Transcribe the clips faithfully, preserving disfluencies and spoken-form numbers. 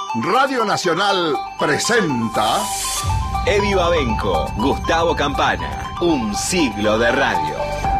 Radio Nacional presenta Eddie Babenco, Gustavo Campana, un siglo de radio.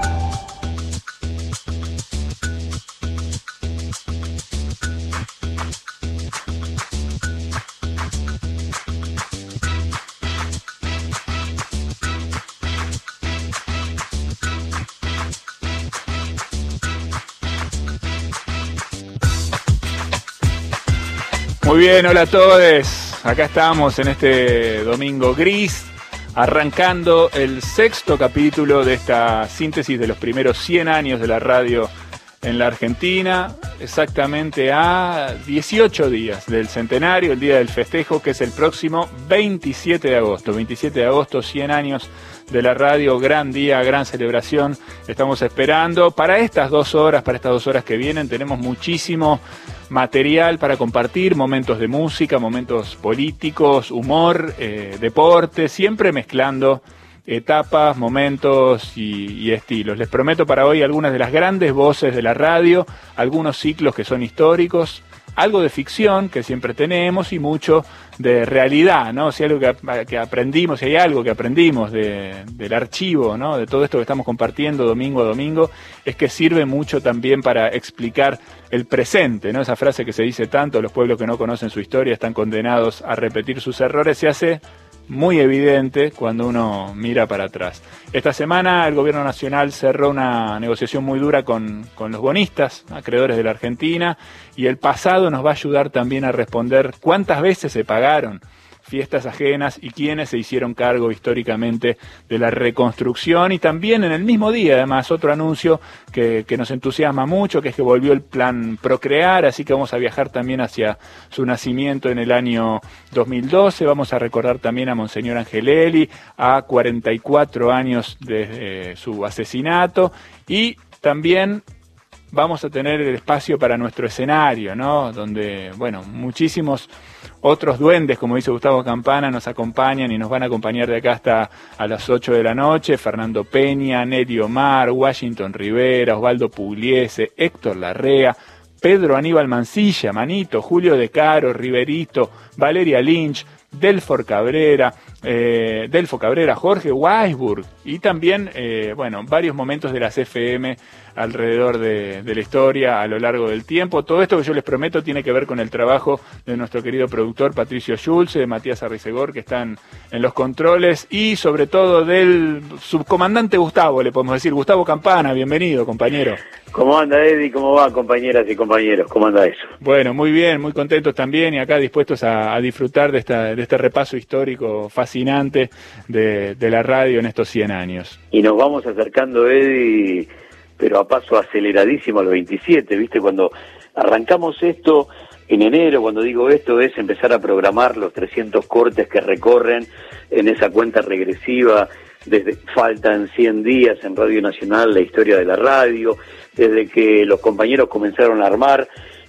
Muy bien, hola a todos. Acá estamos en este domingo gris, arrancando el sexto capítulo de esta síntesis de los primeros cien años de la radio en la Argentina, exactamente a dieciocho días del centenario, el día del festejo, que es el próximo veintisiete de agosto. veintisiete de agosto, cien años de la radio, gran día, gran celebración. Estamos esperando para estas dos horas, para estas dos horas que vienen, tenemos muchísimo material para compartir, momentos de música, momentos políticos, humor, eh, deporte, siempre mezclando etapas, momentos y, y estilos. Les prometo para hoy algunas de las grandes voces de la radio, algunos ciclos que son históricos, algo de ficción que siempre tenemos y mucho de realidad, ¿no? Si algo que, que aprendimos, si hay algo que aprendimos de, del archivo, ¿no? De todo esto que estamos compartiendo domingo a domingo, es que sirve mucho también para explicar el presente, ¿no? Esa frase que se dice tanto, los pueblos que no conocen su historia están condenados a repetir sus errores, se hace muy evidente cuando uno mira para atrás. Esta semana el gobierno nacional cerró una negociación muy dura con, con los bonistas, acreedores de la Argentina, y el pasado nos va a ayudar también a responder cuántas veces se pagaron fiestas ajenas y quiénes se hicieron cargo históricamente de la reconstrucción. Y también en el mismo día, además, otro anuncio que, que nos entusiasma mucho, que es que volvió el plan Procrear, así que vamos a viajar también hacia su nacimiento en el año dos mil doce. Vamos a recordar también a Monseñor Angelelli, a cuarenta y cuatro años de eh, su asesinato, y también vamos a tener el espacio para nuestro escenario, ¿no? Donde, bueno, muchísimos otros duendes, como dice Gustavo Campana, nos acompañan y nos van a acompañar de acá hasta a las ocho de la noche. Fernando Peña, Neri Omar, Washington Rivera, Osvaldo Pugliese, Héctor Larrea, Pedro Aníbal Mancilla, Manito, Julio De Caro, Riverito, Valeria Lynch, Delfor Cabrera, eh, Delfo Cabrera, Jorge Weisburg y también, eh, bueno, varios momentos de las F M alrededor de, de la historia a lo largo del tiempo. Todo esto que yo les prometo tiene que ver con el trabajo de nuestro querido productor Patricio Schulze, de Matías Arrizegor, que están en los controles, y sobre todo del subcomandante Gustavo, le podemos decir, Gustavo Campana. Bienvenido, compañero. ¿Cómo anda, Eddie? ¿Cómo va, compañeras y compañeros? ¿Cómo anda eso? Bueno, muy bien, muy contentos también y acá dispuestos a, a disfrutar de, esta, de este repaso histórico fascinante de, de la radio en estos cien años. Y nos vamos acercando, Eddie, pero a paso aceleradísimo al veintisiete, ¿viste? Cuando arrancamos esto en enero, cuando digo esto, es empezar a programar los trescientos cortes que recorren en esa cuenta regresiva. Desde faltan cien días en Radio Nacional la historia de la radio, desde que los compañeros comenzaron a armar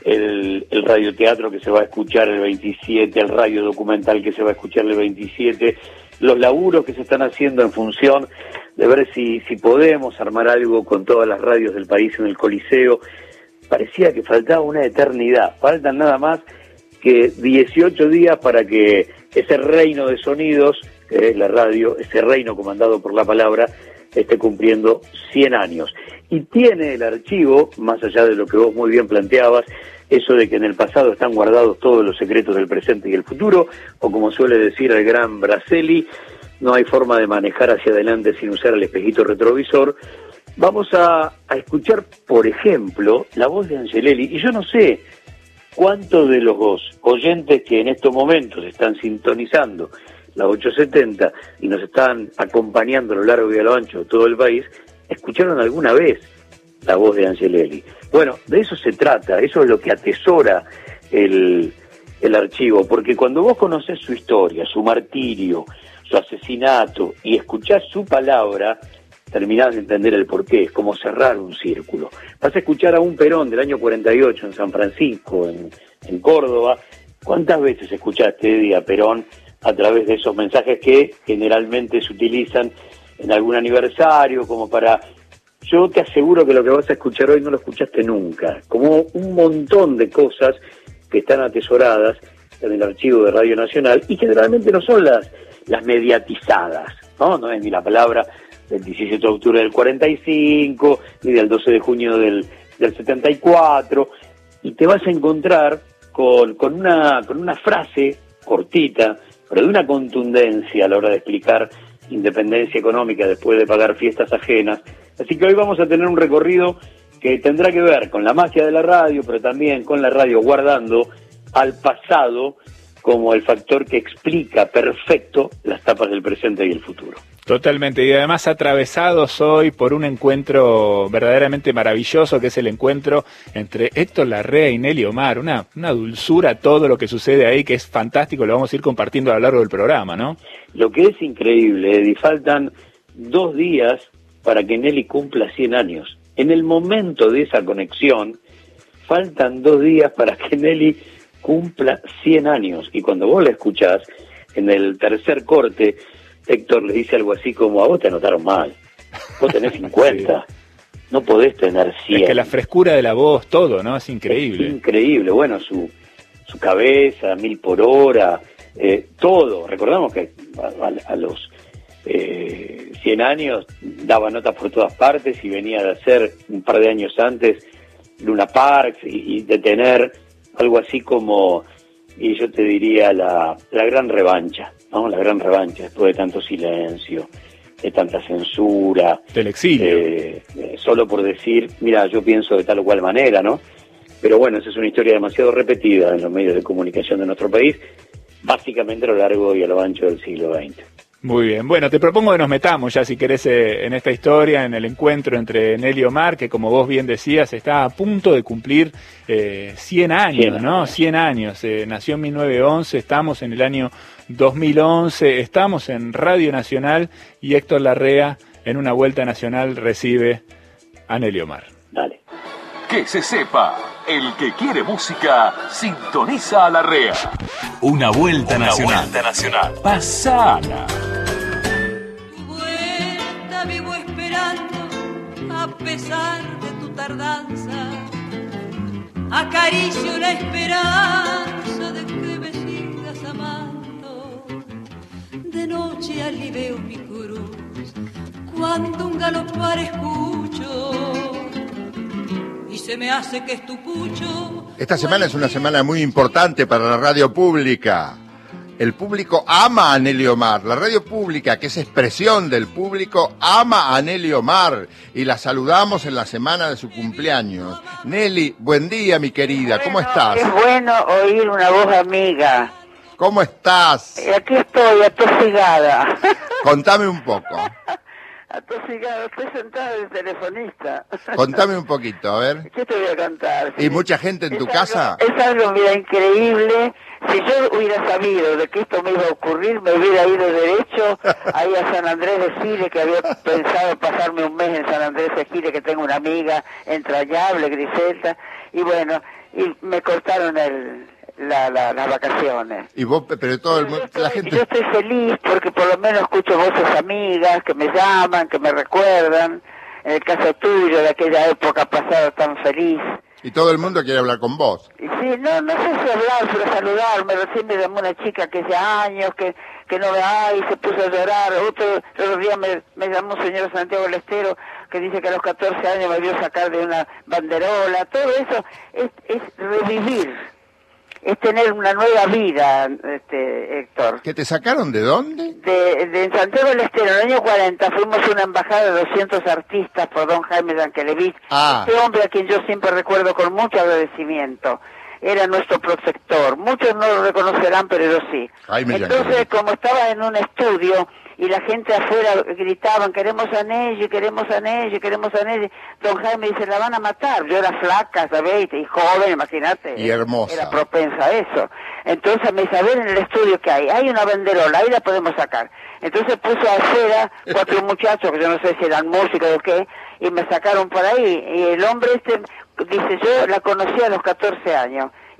el, el radioteatro que se va a escuchar el veintisiete, el radio documental que se va a escuchar el veintisiete, los laburos que se están haciendo en función de ver si, si podemos armar algo con todas las radios del país en el Coliseo. Parecía que faltaba una eternidad, faltan nada más que dieciocho días para que ese reino de sonidos, que es la radio, ese reino comandado por la palabra, esté cumpliendo cien años. Y tiene el archivo, más allá de lo que vos muy bien planteabas, eso de que en el pasado están guardados todos los secretos del presente y el futuro, o como suele decir el gran Braselli, no hay forma de manejar hacia adelante sin usar el espejito retrovisor. Vamos a, a escuchar, por ejemplo, la voz de Angelelli, y yo no sé cuántos de los oyentes que en estos momentos están sintonizando la ochocientos setenta y nos están acompañando a lo largo y a lo ancho de todo el país, escucharon alguna vez la voz de Angelelli. Bueno, de eso se trata, eso es lo que atesora el, el archivo, porque cuando vos conocés su historia, su martirio, su asesinato, y escuchás su palabra, terminás de entender el porqué. Es como cerrar un círculo. Vas a escuchar a un Perón del año cuarenta y ocho en San Francisco, en, en Córdoba. ¿Cuántas veces escuchaste, Eddie, a Perón a través de esos mensajes que generalmente se utilizan en algún aniversario, como para... Yo te aseguro que lo que vas a escuchar hoy no lo escuchaste nunca, como un montón de cosas que están atesoradas en el archivo de Radio Nacional, y generalmente no son las, las mediatizadas, ¿no? No es ni la palabra del diecisiete de octubre del cuarenta y cinco, ni del doce de junio del, del setenta y cuatro, y te vas a encontrar con, con, una, con una frase cortita, pero de una contundencia a la hora de explicar independencia económica después de pagar fiestas ajenas. Así que hoy vamos a tener un recorrido que tendrá que ver con la magia de la radio, pero también con la radio guardando al pasado como el factor que explica perfecto las tapas del presente y el futuro. Totalmente, y además atravesados hoy por un encuentro verdaderamente maravilloso, que es el encuentro entre Héctor Larrea y Nelly Omar, una, una dulzura todo lo que sucede ahí, que es fantástico, lo vamos a ir compartiendo a lo largo del programa, ¿no? Lo que es increíble, Eddie, faltan dos días para que Nelly cumpla cien años. En el momento de esa conexión, faltan dos días para que Nelly cumpla cien años, y cuando vos la escuchás, en el tercer corte, Héctor le dice algo así como: a vos te anotaron mal, vos tenés cincuenta, sí. No podés tener cien. Es que la frescura de la voz, todo, ¿no? Es increíble. Es increíble, bueno, su, su cabeza, mil por hora, eh, todo. Recordamos que a, a, a los eh, cien años daba notas por todas partes y venía de hacer un par de años antes Luna Park y, y de tener algo así como, y yo te diría, la, la gran revancha, ¿no? La gran revancha después de tanto silencio, de tanta censura. Del exilio. Eh, eh, solo por decir, mira, yo pienso de tal o cual manera, ¿no? Pero bueno, esa es una historia demasiado repetida en los medios de comunicación de nuestro país, básicamente a lo largo y a lo ancho del siglo veinte. Muy bien, bueno, te propongo que nos metamos ya, si querés, eh, en esta historia, en el encuentro entre Nelly Omar, que como vos bien decías, está a punto de cumplir eh, cien años, ¿no? cien años, eh, nació en mil novecientos once, estamos en el año dos mil once, estamos en Radio Nacional y Héctor Larrea, en una vuelta nacional, recibe a Nelly Omar. Dale. Que se sepa, el que quiere música, sintoniza a Larrea. Una vuelta Una nacional. Vuelta nacional. Pasala. Vuelta vivo esperando, a pesar de tu tardanza. Acaricio la esperanza de que me sigas amando. De noche aliveo mi cruz, cuando un galopar escucho. Y se me hace que es tu pucho. Esta semana es una semana muy importante para la radio pública. El público ama a Nelly Omar. La radio pública, que es expresión del público, ama a Nelly Omar. Y la saludamos en la semana de su cumpleaños. Nelly, buen día, mi querida. ¿Cómo estás? Es bueno oír una voz amiga. ¿Cómo estás? Aquí estoy, atosigada. Contame un poco. Atosigado, estoy sentada de telefonista. Contame un poquito, a ver. ¿Qué te voy a contar? ¿Y mucha gente en tu es casa? Algo, es algo, mira, increíble. Si yo hubiera sabido de que esto me iba a ocurrir, me hubiera ido derecho ahí a San Andrés de Giles, que había pensado pasarme un mes en San Andrés de Giles, que tengo una amiga entrañable, Griselda, y bueno, y me cortaron el... La, la, las vacaciones. Y vos, pero todo el mundo, estoy, la gente... Yo estoy feliz porque por lo menos escucho voces amigas que me llaman, que me recuerdan, en el caso tuyo, de aquella época pasada tan feliz. Y todo el mundo quiere hablar con vos. Sí, no, no sé si hablar, pero saludarme. Recién me llamó una chica que hace años que, que no me hay, y se puso a llorar. Otro, otro día me, me llamó un señor Santiago del Estero que dice que a los catorce años me vio sacar de una banderola. Todo eso es, es revivir. Es tener una nueva vida, este, Héctor. ¿Que te sacaron de dónde? De, de Santiago del Estero, en el año cuarenta, fuimos una embajada de doscientos artistas por don Jaime Yankelevich. Ah. Este hombre a quien yo siempre recuerdo con mucho agradecimiento. Era nuestro protector. Muchos no lo reconocerán, pero yo sí. Jaime Entonces, Yankelevich. como estaba en un estudio y la gente afuera gritaban, queremos a Nelly, queremos a Nelly, queremos a Nelly, don Jaime dice, la van a matar. Yo era flaca, ¿sabéis? Y joven, imagínate. Y hermosa. Era propensa a eso. Entonces me dice, a ver en el estudio que hay, hay una banderola, ahí la podemos sacar. Entonces puso afuera cuatro muchachos, que yo no sé si eran músicos o qué, y me sacaron por ahí. Y el hombre este dice, yo la conocí a los catorce años.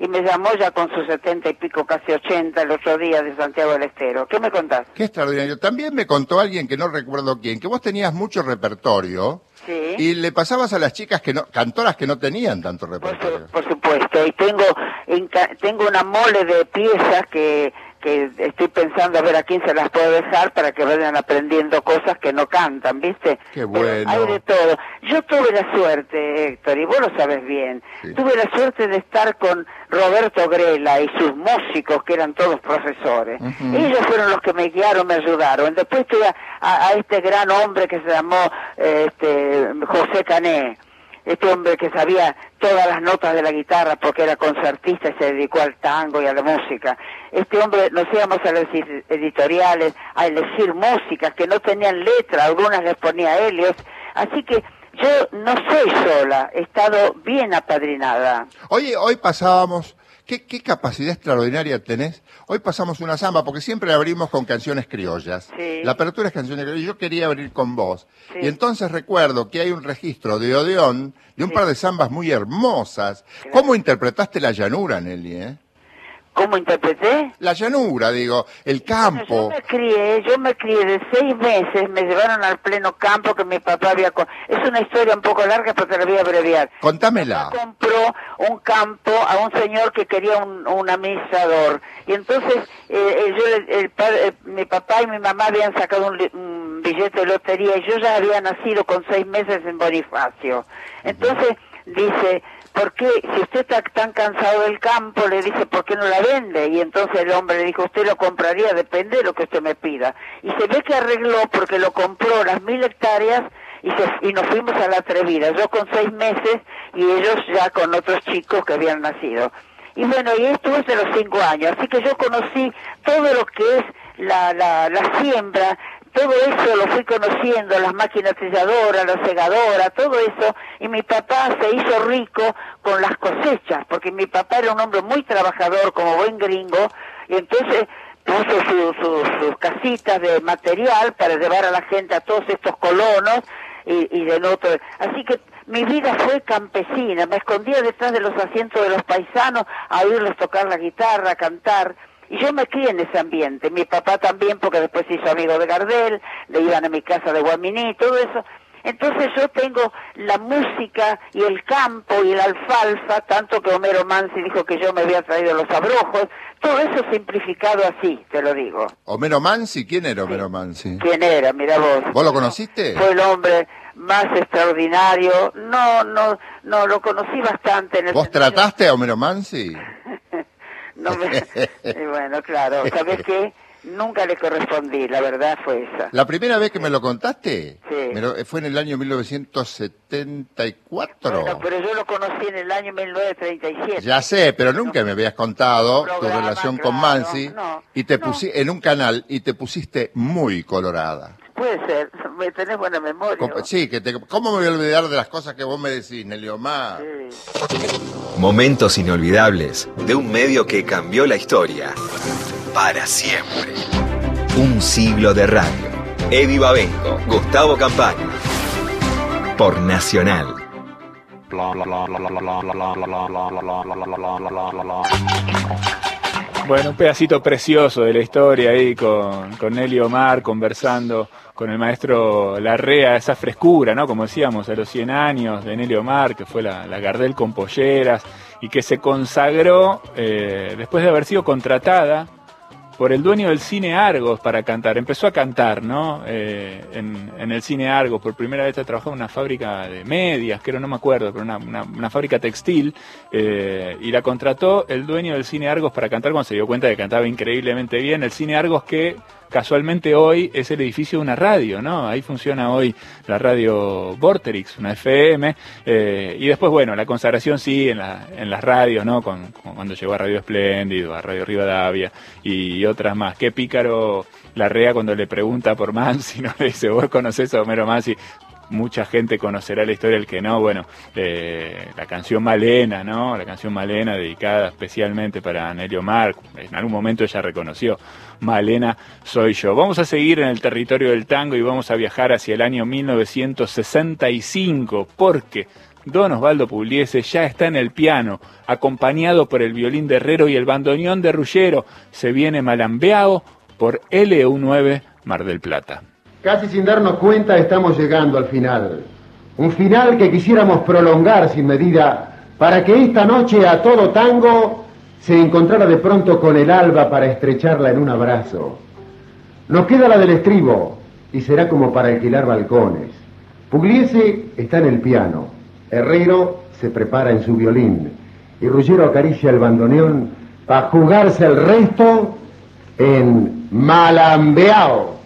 y me llamó ya con sus setenta y pico, casi ochenta, el otro día de Santiago del Estero. ¿Qué me contás? Qué extraordinario. También me contó alguien que no recuerdo quién, que vos tenías mucho repertorio. Sí. Y le pasabas a las chicas que no, cantoras que no tenían tanto repertorio. Por, su, por supuesto, y tengo tengo una mole de piezas que, que estoy pensando a ver a quién se las puedo dejar para que vayan aprendiendo cosas que no cantan, ¿viste? Qué bueno. Pero hay de todo. Yo tuve la suerte, Héctor, y vos lo sabes bien, sí. tuve la suerte de estar con Roberto Grela y sus músicos, que eran todos profesores. Uh-huh. Ellos fueron los que me guiaron, me ayudaron. Después tuve a, a, a este gran hombre que se llamó eh, este, José Cané. Este hombre que sabía todas las notas de la guitarra porque era concertista y se dedicó al tango y a la música. Este hombre nos íbamos a las editoriales a elegir músicas que no tenían letra, algunas les ponía Helios. Así que yo no soy sola, he estado bien apadrinada. Oye, hoy pasábamos... ¿Qué, ¿Qué capacidad extraordinaria tenés? Hoy pasamos una samba, porque siempre abrimos con canciones criollas. Sí. La apertura es canciones criollas. Yo quería abrir con vos. Sí. Y entonces recuerdo que hay un registro de Odeón, de un sí. par de zambas muy hermosas. Claro. ¿Cómo interpretaste la llanura, Nelly, eh? ¿Cómo interpreté? La llanura, digo, el campo. Bueno, yo me crié, yo me crié de seis meses, me llevaron al pleno campo que mi papá había... Con... Es una historia un poco larga, pero te la voy a abreviar. Contámela. Mi papá compró un campo a un señor que quería un, un administrador. Y entonces, eh, yo, el, el padre, el, mi papá y mi mamá habían sacado un, un billete de lotería y yo ya había nacido con seis meses en Bonifacio. Entonces, dice... ¿Por qué? Si usted está tan cansado del campo, le dice, ¿por qué no la vende? Y entonces el hombre le dijo, usted lo compraría, depende de lo que usted me pida. Y se ve que arregló porque lo compró las mil hectáreas y, se, y nos fuimos a la Atrevida. Yo con seis meses y ellos ya con otros chicos que habían nacido. Y bueno, y esto es de los cinco años. Así que yo conocí todo lo que es la, la, la siembra. Todo eso lo fui conociendo, las máquinas trilladoras, la segadora, todo eso, y mi papá se hizo rico con las cosechas, porque mi papá era un hombre muy trabajador, como buen gringo, y entonces puso su, su, sus casitas de material para llevar a la gente a todos estos colonos, y, y de otro. Así que mi vida fue campesina, me escondía detrás de los asientos de los paisanos a oírlos tocar la guitarra, cantar. Y yo me crié en ese ambiente, mi papá también, porque después se hizo amigo de Gardel, le iban a mi casa de Guaminí, todo eso. Entonces yo tengo la música y el campo y la alfalfa, tanto que Homero Mansi dijo que yo me había traído los abrojos, todo eso simplificado así, te lo digo. ¿Homero Mansi? ¿Quién era Homero Mansi? ¿Quién era? Mira vos. ¿Vos lo conociste? Fue el hombre más extraordinario, no, no, no, lo conocí bastante. En el ¿Vos sentido... trataste a Homero Mansi? No me... y bueno, claro, ¿sabés qué? Nunca le correspondí, la verdad fue esa. ¿La primera vez que me lo contaste? Sí. Me lo, fue en el año mil novecientos setenta y cuatro. Bueno, pero yo lo conocí en el año mil novecientos treinta y siete. Ya sé, pero nunca no, me habías contado programa, tu relación claro, con Mansi no, y te no. pusi en un canal y te pusiste muy colorada. Puede ser, me tenés buena memoria. ¿Cómo, sí, que te, ¿cómo me voy a olvidar de las cosas que vos me decís, Nelly Omar? Sí. Momentos inolvidables de un medio que cambió la historia para siempre. Un siglo de radio. Eddie Babenco, Gustavo Campana. Por Nacional. Bueno, un pedacito precioso de la historia ahí con, con Nelly Omar conversando con el maestro Larrea, esa frescura, ¿no? Como decíamos, a los cien años de Nelly Omar, que fue la, la Gardel con polleras y que se consagró eh, después de haber sido contratada por el dueño del Cine Argos para cantar. Empezó a cantar, ¿no? Eh, en, en el Cine Argos. Por primera vez trabajó en una fábrica de medias, creo, no me acuerdo, pero una, una, una fábrica textil. Eh, y la contrató el dueño del Cine Argos para cantar cuando se dio cuenta de que cantaba increíblemente bien. El Cine Argos que casualmente hoy es el edificio de una radio, ¿no? Ahí funciona hoy la radio Vorterix, una F M, eh, y después, bueno, la consagración sí en, la, en las radios, ¿no? Con, con cuando llegó a Radio Espléndido, a Radio Rivadavia y otras más. Qué pícaro Larrea cuando le pregunta por Mansi, ¿no? Le dice, ¿vos conocés a Homero Mansi? Mucha gente conocerá la historia, el que no, bueno, eh, la canción Malena, ¿no? La canción Malena dedicada especialmente para Nelly Omar, en algún momento ella reconoció, Malena soy yo. Vamos a seguir en el territorio del tango y vamos a viajar hacia el año mil novecientos sesenta y cinco, porque Don Osvaldo Pugliese ya está en el piano, acompañado por el violín de Herrero y el bandoneón de Ruggiero. Se viene Malambeao por L U nueve Mar del Plata. Casi sin darnos cuenta estamos llegando al final. Un final que quisiéramos prolongar sin medida para que esta noche a todo tango se encontrara de pronto con el alba para estrecharla en un abrazo. Nos queda la del estribo y será como para alquilar balcones. Pugliese está en el piano, Herrero se prepara en su violín y Ruggiero acaricia el bandoneón para jugarse el resto en Malambeao.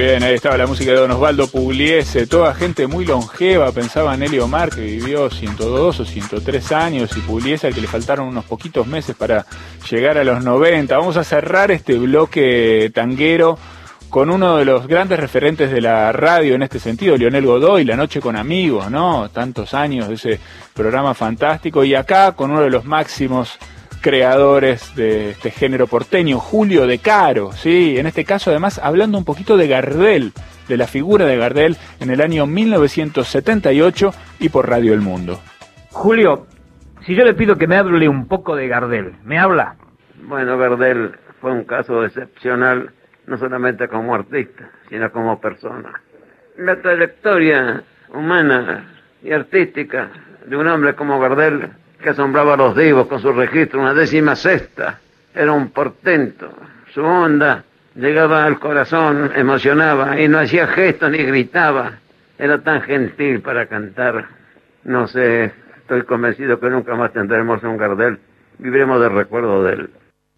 bien, ahí estaba la música de don Osvaldo Pugliese, toda gente muy longeva, pensaba en Elio Mar, que vivió ciento dos o ciento tres años, y Pugliese al que le faltaron unos poquitos meses para llegar a los noventa. Vamos a cerrar este bloque tanguero con uno de los grandes referentes de la radio en este sentido, Leonel Godoy, La Noche con Amigos, ¿no? Tantos años de ese programa fantástico, y acá con uno de los máximos creadores de este género porteño, Julio De Caro, sí, en este caso además hablando un poquito de Gardel, de la figura de Gardel en el año mil novecientos setenta y ocho y por Radio El Mundo. Julio, si yo le pido que me hable un poco de Gardel, ¿me habla? Bueno, Gardel fue un caso excepcional, no solamente como artista, sino como persona. La trayectoria humana y artística de un hombre como Gardel, que asombraba a los divos con su registro, una décima sexta, era un portento. Su onda llegaba al corazón, emocionaba, y no hacía gestos ni gritaba. Era tan gentil para cantar. No sé, estoy convencido que nunca más tendremos un Gardel. Viviremos del recuerdo de él.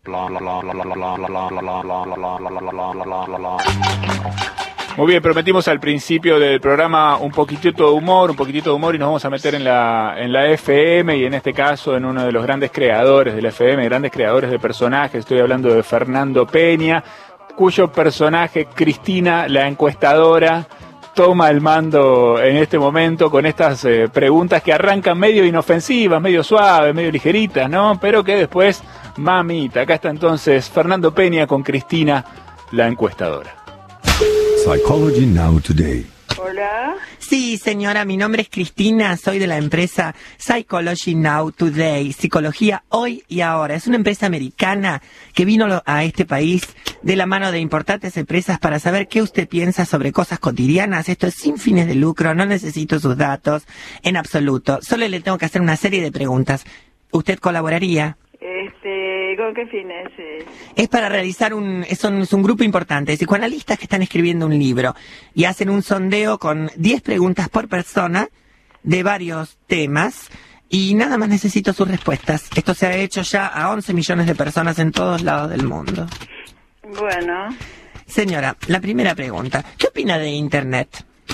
Muy bien, prometimos al principio del programa un poquitito de humor, un poquitito de humor, y nos vamos a meter en la en la F M, y en este caso en uno de los grandes creadores de la F M, grandes creadores de personajes. Estoy hablando de Fernando Peña, cuyo personaje, Cristina, la encuestadora, toma el mando en este momento con estas eh, preguntas que arrancan medio inofensivas, medio suaves, medio ligeritas, ¿no? Pero que después, mamita, acá está entonces Fernando Peña con Cristina, la encuestadora. Psychology Now Today. Hola. Sí, señora, mi nombre es Cristina, soy de la empresa Psychology Now Today, Psicología Hoy y Ahora. Es una empresa americana que vino a este país de la mano de importantes empresas para saber qué usted piensa sobre cosas cotidianas. Esto es sin fines de lucro, no necesito sus datos en absoluto. Solo le tengo que hacer una serie de preguntas. ¿Usted colaboraría? Este, ¿con qué fines? Es para realizar un, es un, es un grupo importante de psicoanalistas que están escribiendo un libro y hacen un sondeo con diez preguntas por persona de varios temas, y nada más necesito sus respuestas. Esto se ha hecho ya a once millones de personas en todos lados del mundo. Bueno. Señora, la primera pregunta, ¿qué opina de Internet?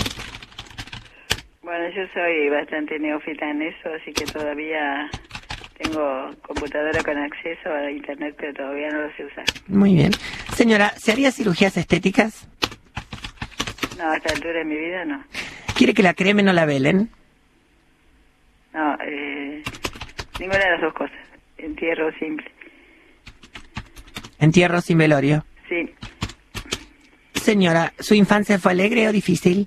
Bueno, yo soy bastante neófita en eso, así que todavía tengo computadora con acceso a Internet, pero todavía no lo sé usar. Muy bien. Señora, ¿se haría cirugías estéticas? No, a esta altura de mi vida no. ¿Quiere que la cremen o la velen? No, eh, ninguna de las dos cosas. Entierro simple. ¿Entierro sin velorio? Sí. Señora, ¿su infancia fue alegre o difícil?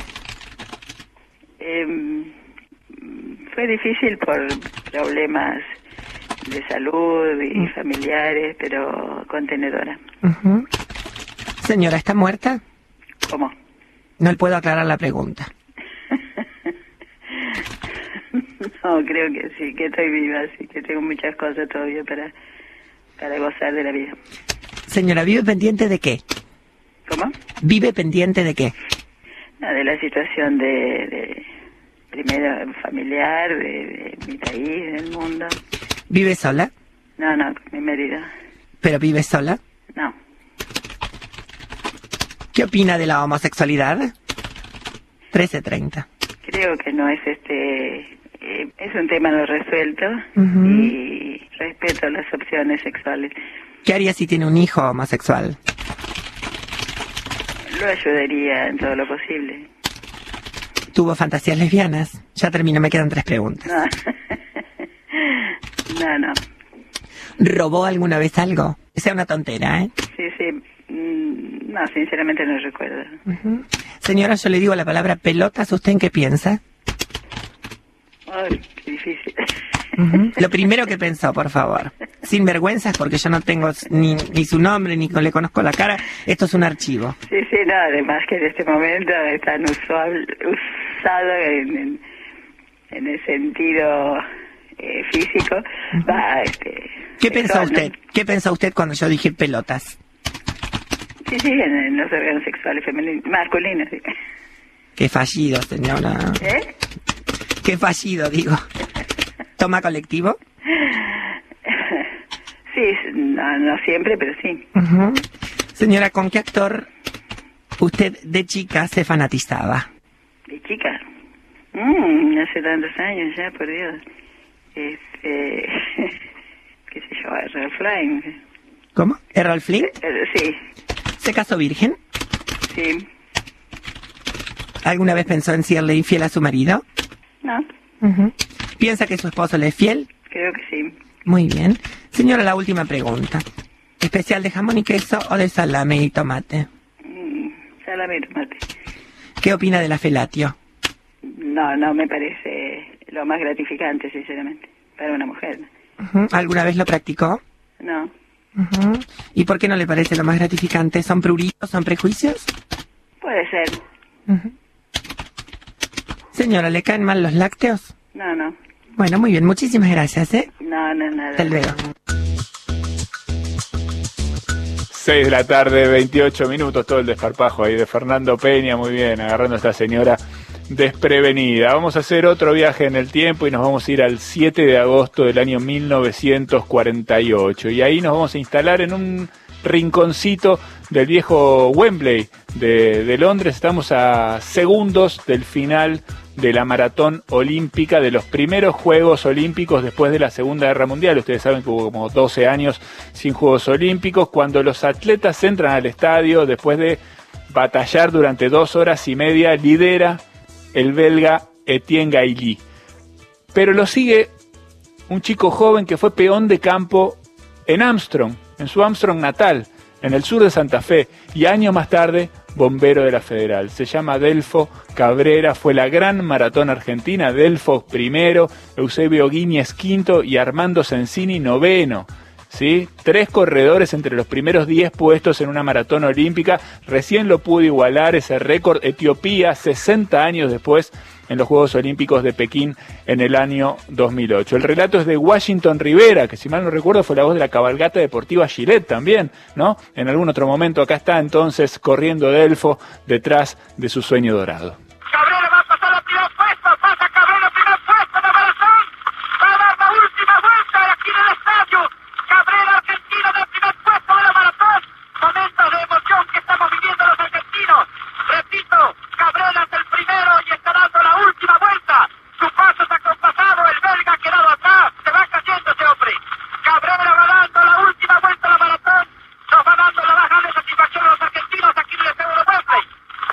Eh, fue difícil por problemas de salud y familiares, pero contenedora. Uh-huh. Señora, ¿está muerta? ¿Cómo? No le puedo aclarar la pregunta. No, creo que sí, que estoy viva, así que tengo muchas cosas todavía para, para gozar de la vida. Señora, ¿vive pendiente de qué? ¿Cómo? ¿Vive pendiente de qué? No, de la situación de, de primero familiar, de, de mi país, del mundo. ¿Vive sola? No, no, con mi marido. ¿Pero vive sola? No. ¿Qué opina de la homosexualidad? trece treinta. Creo que no es este... Eh, es un tema no resuelto, uh-huh. Y respeto las opciones sexuales. ¿Qué haría si tiene un hijo homosexual? Lo ayudaría en todo lo posible. ¿Tuvo fantasías lesbianas? Ya termino, me quedan tres preguntas. No, no. no. ¿Robó alguna vez algo? Sea una tontera, ¿eh? Sí, sí. No, sinceramente no recuerdo. Uh-huh. Señora, yo le digo la palabra pelotas, ¿usted en qué piensa? Ay, qué difícil. Uh-huh. Lo primero que pensó, por favor. Sin vergüenzas, porque yo no tengo ni, ni su nombre, ni le conozco la cara. Esto es un archivo. Sí, sí, no, además que en este momento es tan usual, usado en, en, en el sentido eh, físico. Uh-huh. Va, este, ¿Qué pensó usted? ¿no? ¿Qué pensó usted cuando yo dije pelotas? Sí, sí, en, en los órganos sexuales femeninos, masculinos. Sí. Qué fallido, señora. ¿Eh? Qué fallido, digo. ¿Toma colectivo? Sí, no, no siempre, pero sí. Uh-huh. Señora, ¿con qué actor usted de chica se fanatizaba? ¿De chica? Mm, hace tantos años ya, por Dios. Este... qué sé yo, Errol Flynn. ¿Cómo? ¿Errol Flynn? Eh, eh, sí. ¿Se casó virgen? Sí. ¿Alguna vez pensó en serle infiel a su marido? No. Uh-huh. ¿Piensa que su esposo le es fiel? Creo que sí. Muy bien. Señora, la última pregunta. ¿Especial de jamón y queso o de salame y tomate? Mm, salame y tomate. ¿Qué opina de la felatio? No, no me parece lo más gratificante, sinceramente, para una mujer. Uh-huh. ¿Alguna vez lo practicó? No. Uh-huh. ¿Y por qué no le parece lo más gratificante? ¿Son pruritos, son prejuicios? Puede ser. Uh-huh. Señora, ¿le caen mal los lácteos? No, no. Bueno, muy bien, muchísimas gracias, ¿eh? No, no, nada. Hasta luego. seis de la tarde, veintiocho minutos, todo el desparpajo ahí de Fernando Peña, muy bien, agarrando a esta señora desprevenida. Vamos a hacer otro viaje en el tiempo y nos vamos a ir al siete de agosto del año mil novecientos cuarenta y ocho. Y ahí nos vamos a instalar en un rinconcito del viejo Wembley de, de Londres. Estamos a segundos del final de la maratón olímpica, de los primeros Juegos Olímpicos después de la Segunda Guerra Mundial. Ustedes saben que hubo como doce años sin Juegos Olímpicos. Cuando los atletas entran al estadio, después de batallar durante dos horas y media, lidera el belga Etienne Gailly. Pero lo sigue un chico joven que fue peón de campo en Armstrong, en su Armstrong natal, en el sur de Santa Fe, y años más tarde, bombero de la Federal. Se llama Delfo Cabrera, fue la gran maratón argentina, Delfo primero, Eusebio Guíñez quinto y Armando Sensini noveno. ¿Sí? Tres corredores entre los primeros diez puestos en una maratón olímpica. Recién lo pudo igualar ese récord Etiopía sesenta años después en los Juegos Olímpicos de Pekín en el año dos mil ocho. El relato es de Washington Rivera, que si mal no recuerdo fue la voz de la cabalgata deportiva Gillette también, ¿no? En algún otro momento acá está entonces corriendo Delfo detrás de su sueño dorado. Cabrera va a pasar al primer puesto, pasa Cabrera al primer puesto de maratón, va a dar la última vuelta aquí en el estadio. Cabrera, argentino, del primer puesto de la maratón. Momentos de emoción que estamos viviendo los argentinos. Repito, Cabrera es el primero y está dando la última vuelta. Su paso está compasado, el belga ha quedado atrás. Se va cayendo ese hombre. Cabrera va dando la última vuelta a la maratón. Nos va dando la baja de satisfacción a los argentinos aquí en el estadio de Wembley.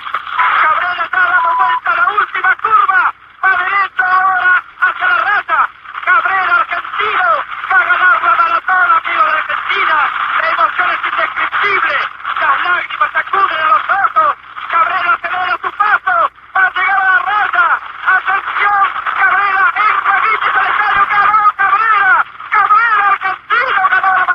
Cabrera está dando vuelta a la última curva. Va derecho ahora hacia la raya. Cabrera, argentino, va a ganar la maratón, amigo de Argentina. La emoción es indescriptible. Las lágrimas acuden a los ojos. Cabrera acelera su paso. Va a llegar a la raya. Atención, Cabrera entra, Guiñez al estadio. Ganó Cabrera. Cabrera, argentino, ganó la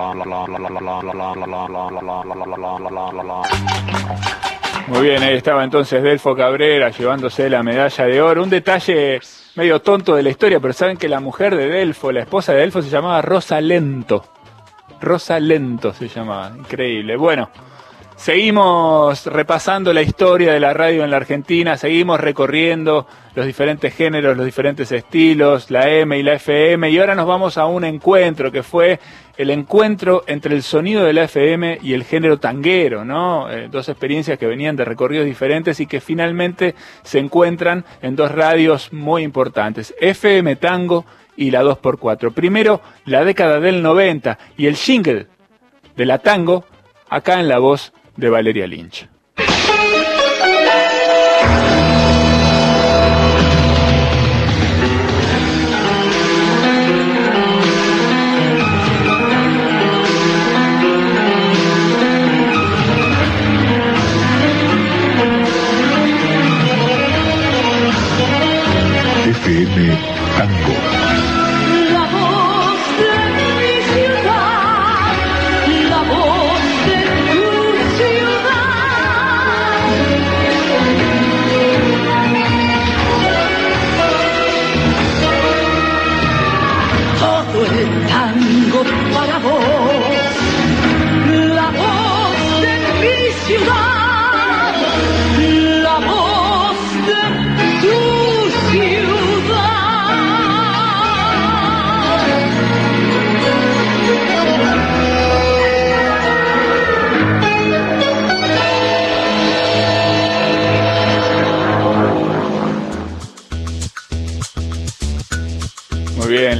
maratón. Muy bien, ahí estaba entonces Delfo Cabrera llevándose la medalla de oro. Un detalle medio tonto de la historia, pero saben que la mujer de Delfo, la esposa de Delfo, se llamaba Rosa Lento. Rosa Lento se llamaba, increíble. Bueno, seguimos repasando la historia de la radio en la Argentina, seguimos recorriendo los diferentes géneros, los diferentes estilos, la M y la F M, y ahora nos vamos a un encuentro que fue el encuentro entre el sonido de la F M y el género tanguero, ¿no? Eh, dos experiencias que venían de recorridos diferentes y que finalmente se encuentran en dos radios muy importantes, F M Tango y la dos por cuatro. Primero, la década del noventa y el jingle de la tango, acá en la voz de Valeria Lynch. F M Tango. La voz de mi ciudad, la voz de tu ciudad.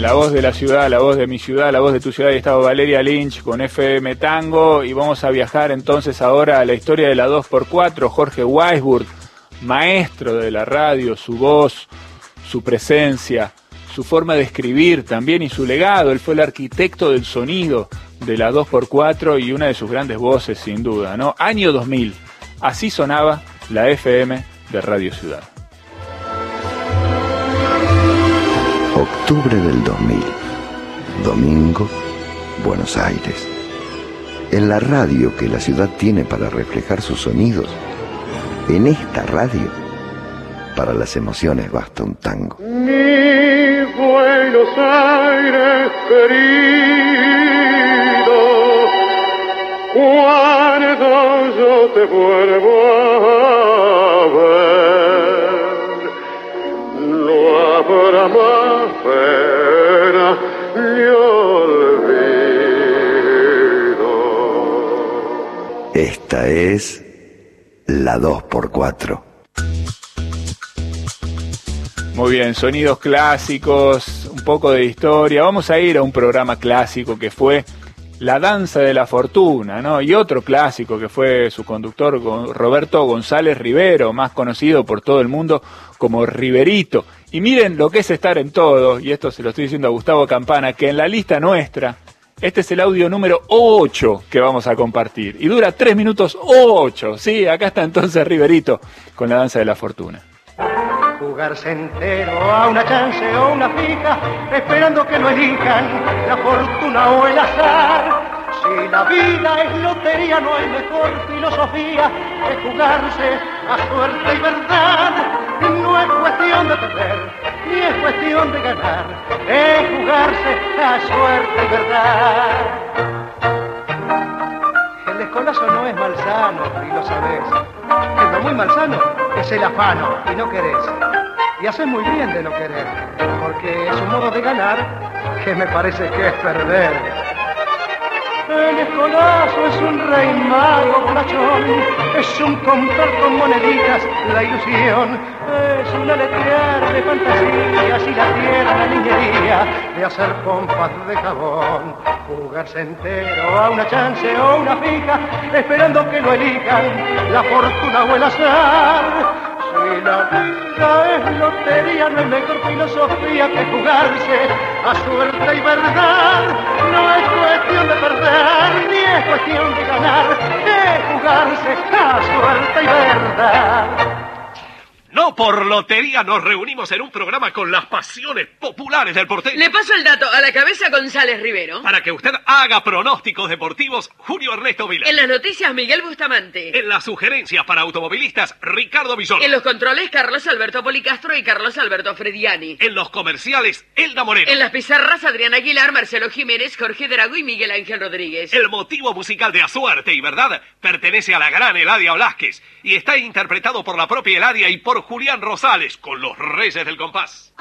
bien, la voz de la ciudad, la voz de mi ciudad, la voz de tu ciudad, y estaba Valeria Lynch con F M Tango, y vamos a viajar entonces ahora a la historia de la dos por cuatro, Jorge Weisburd, maestro de la radio, su voz, su presencia, su forma de escribir también y su legado. Él fue el arquitecto del sonido de la dos por cuatro y una de sus grandes voces, sin duda, ¿no? Año dos mil, así sonaba la F M de Radio Ciudad. Octubre del dos mil, domingo, Buenos Aires. En la radio que la ciudad tiene para reflejar sus sonidos, en esta radio, para las emociones basta un tango. Mi Buenos Aires querido, cuando yo te vuelvo a ver, no habrá más pena ni olvido. Esta es la dos por cuatro. Muy bien, sonidos clásicos, un poco de historia. Vamos a ir a un programa clásico que fue La Danza de la Fortuna, ¿no? Y otro clásico que fue su conductor, Roberto González Rivero, más conocido por todo el mundo como Riverito. Y miren lo que es estar en todo, y esto se lo estoy diciendo a Gustavo Campana, que en la lista nuestra, este es el audio número ocho que vamos a compartir. Y dura tres minutos ocho, ¿sí? Acá está entonces Riverito con La Danza de la Fortuna. Jugarse entero a una chance o una fija, esperando que lo elijan la fortuna o el azar. Si la vida es lotería, no hay mejor filosofía que jugarse a suerte y verdad. No es cuestión de perder, ni es cuestión de ganar, es jugarse a suerte y verdad. El descolazo no es malsano, y lo sabés. Es lo muy malsano, es el afano, y no querés. Y haces muy bien de no querer, porque es un modo de ganar que me parece que es perder. El escolazo es un rey mago bonachón, es un comprar con moneditas la ilusión, es un aletrear de fantasías y la tierna niñería de hacer pompas de jabón. Jugarse entero a una chance o una fija, esperando que lo elijan la fortuna o el azar. Si la vida es lotería, no hay mejor filosofía que jugarse a suerte y verdad. No es cuestión de perder, ni es cuestión de ganar, es jugarse a suerte y verdad. No por lotería nos reunimos en un programa con las pasiones populares del porteño. Le paso el dato a la cabeza González Rivero. Para que usted haga pronósticos deportivos, Julio Ernesto Vila. En las noticias, Miguel Bustamante. En las sugerencias para automovilistas, Ricardo Bisol. En los controles, Carlos Alberto Policastro y Carlos Alberto Frediani. En los comerciales, Elda Moreno. En las pizarras, Adrián Aguilar, Marcelo Jiménez, Jorge Drago y Miguel Ángel Rodríguez. El motivo musical de A Suerte y Verdad pertenece a la gran Eladia Blasquez y está interpretado por la propia Eladia y por Julián Rosales con los Reyes del Compás.